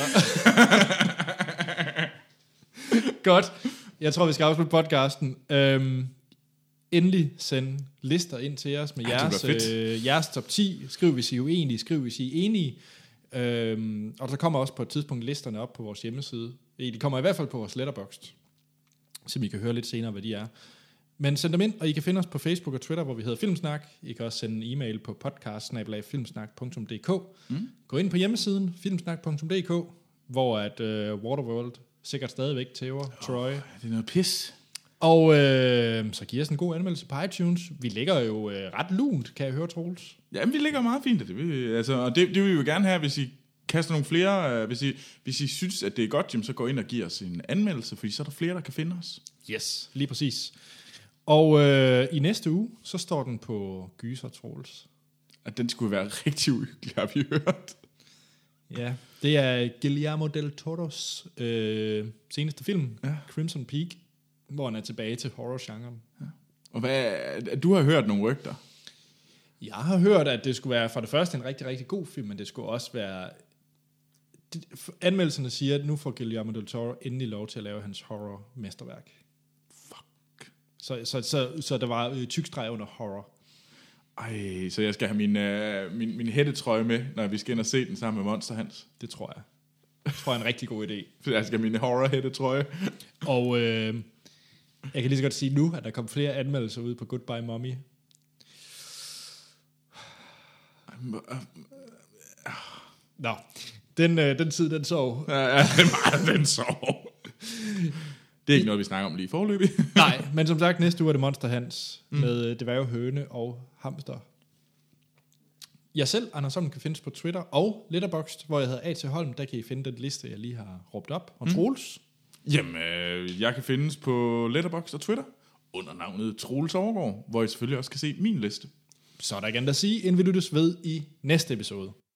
Godt. Jeg tror, vi skal afslutte podcasten. Endelig send lister ind til os med jeres top 10. Skriv, hvis I er uenige. Skriv, hvis I er enige. Og der kommer også på et tidspunkt listerne op på vores hjemmeside. De kommer i hvert fald på vores Letterboxd, så I kan høre lidt senere, hvad de er. Men send dem ind, og I kan finde os på Facebook og Twitter, hvor vi hedder Filmsnak. I kan også sende en e-mail på podcast@filmsnak.dk. Gå ind på hjemmesiden, filmsnak.dk, hvor at Waterworld sikkert stadigvæk tæver Troy. Det er noget pis. Og så giv os en god anmeldelse på iTunes. Vi ligger jo ret lunt, kan jeg høre, Troels. Jamen, vi ligger meget fint, og det vil vi jo gerne have, hvis I kaster nogle flere. Hvis I synes, at det er godt, så gå ind og giv os en anmeldelse, fordi så er der flere, der kan finde os. Yes, lige præcis. Og i næste uge, så står den på Gyser, Troels. At den skulle være rigtig uhyggelig, har vi hørt. Ja, det er Guillermo del Toros seneste film, Crimson Peak, hvor han er tilbage til horror-genren. Ja. Og du har hørt nogle rygter? Jeg har hørt, at det skulle være for det første en rigtig, rigtig god film, men det skulle også være... Anmeldelserne siger, at nu får Guillermo del Toro endelig lov til at lave hans horror-mesterværk. Fuck. Så der var tykstreg under horror. Ej, så jeg skal have min hættetrøje med, når vi skal ind og se den sammen med Monster Hans. Det tror jeg. Det tror jeg er en rigtig god idé. Så jeg skal have min horror-hættetrøje. Og jeg kan lige så godt sige nu, at der kom flere anmeldelser ud på Goodbye Mommy. Nå, den tid, den sov. Ja, den sov. Det er ikke noget, vi snakker om lige forløbig. Nej, men som sagt, næste uge er det Monster Hans med dværghøne og hamster. Jeg selv, Anders Holm, kan findes på Twitter og Letterboxd, hvor jeg hedder A.T. Holm. Der kan I finde den liste, jeg lige har råbt op. Og Troels? Jamen, jeg kan findes på Letterboxd og Twitter under navnet Troels Overgaard, hvor I selvfølgelig også kan se min liste. Så er der ikke andet at sige, inden vi lyttes ved i næste episode.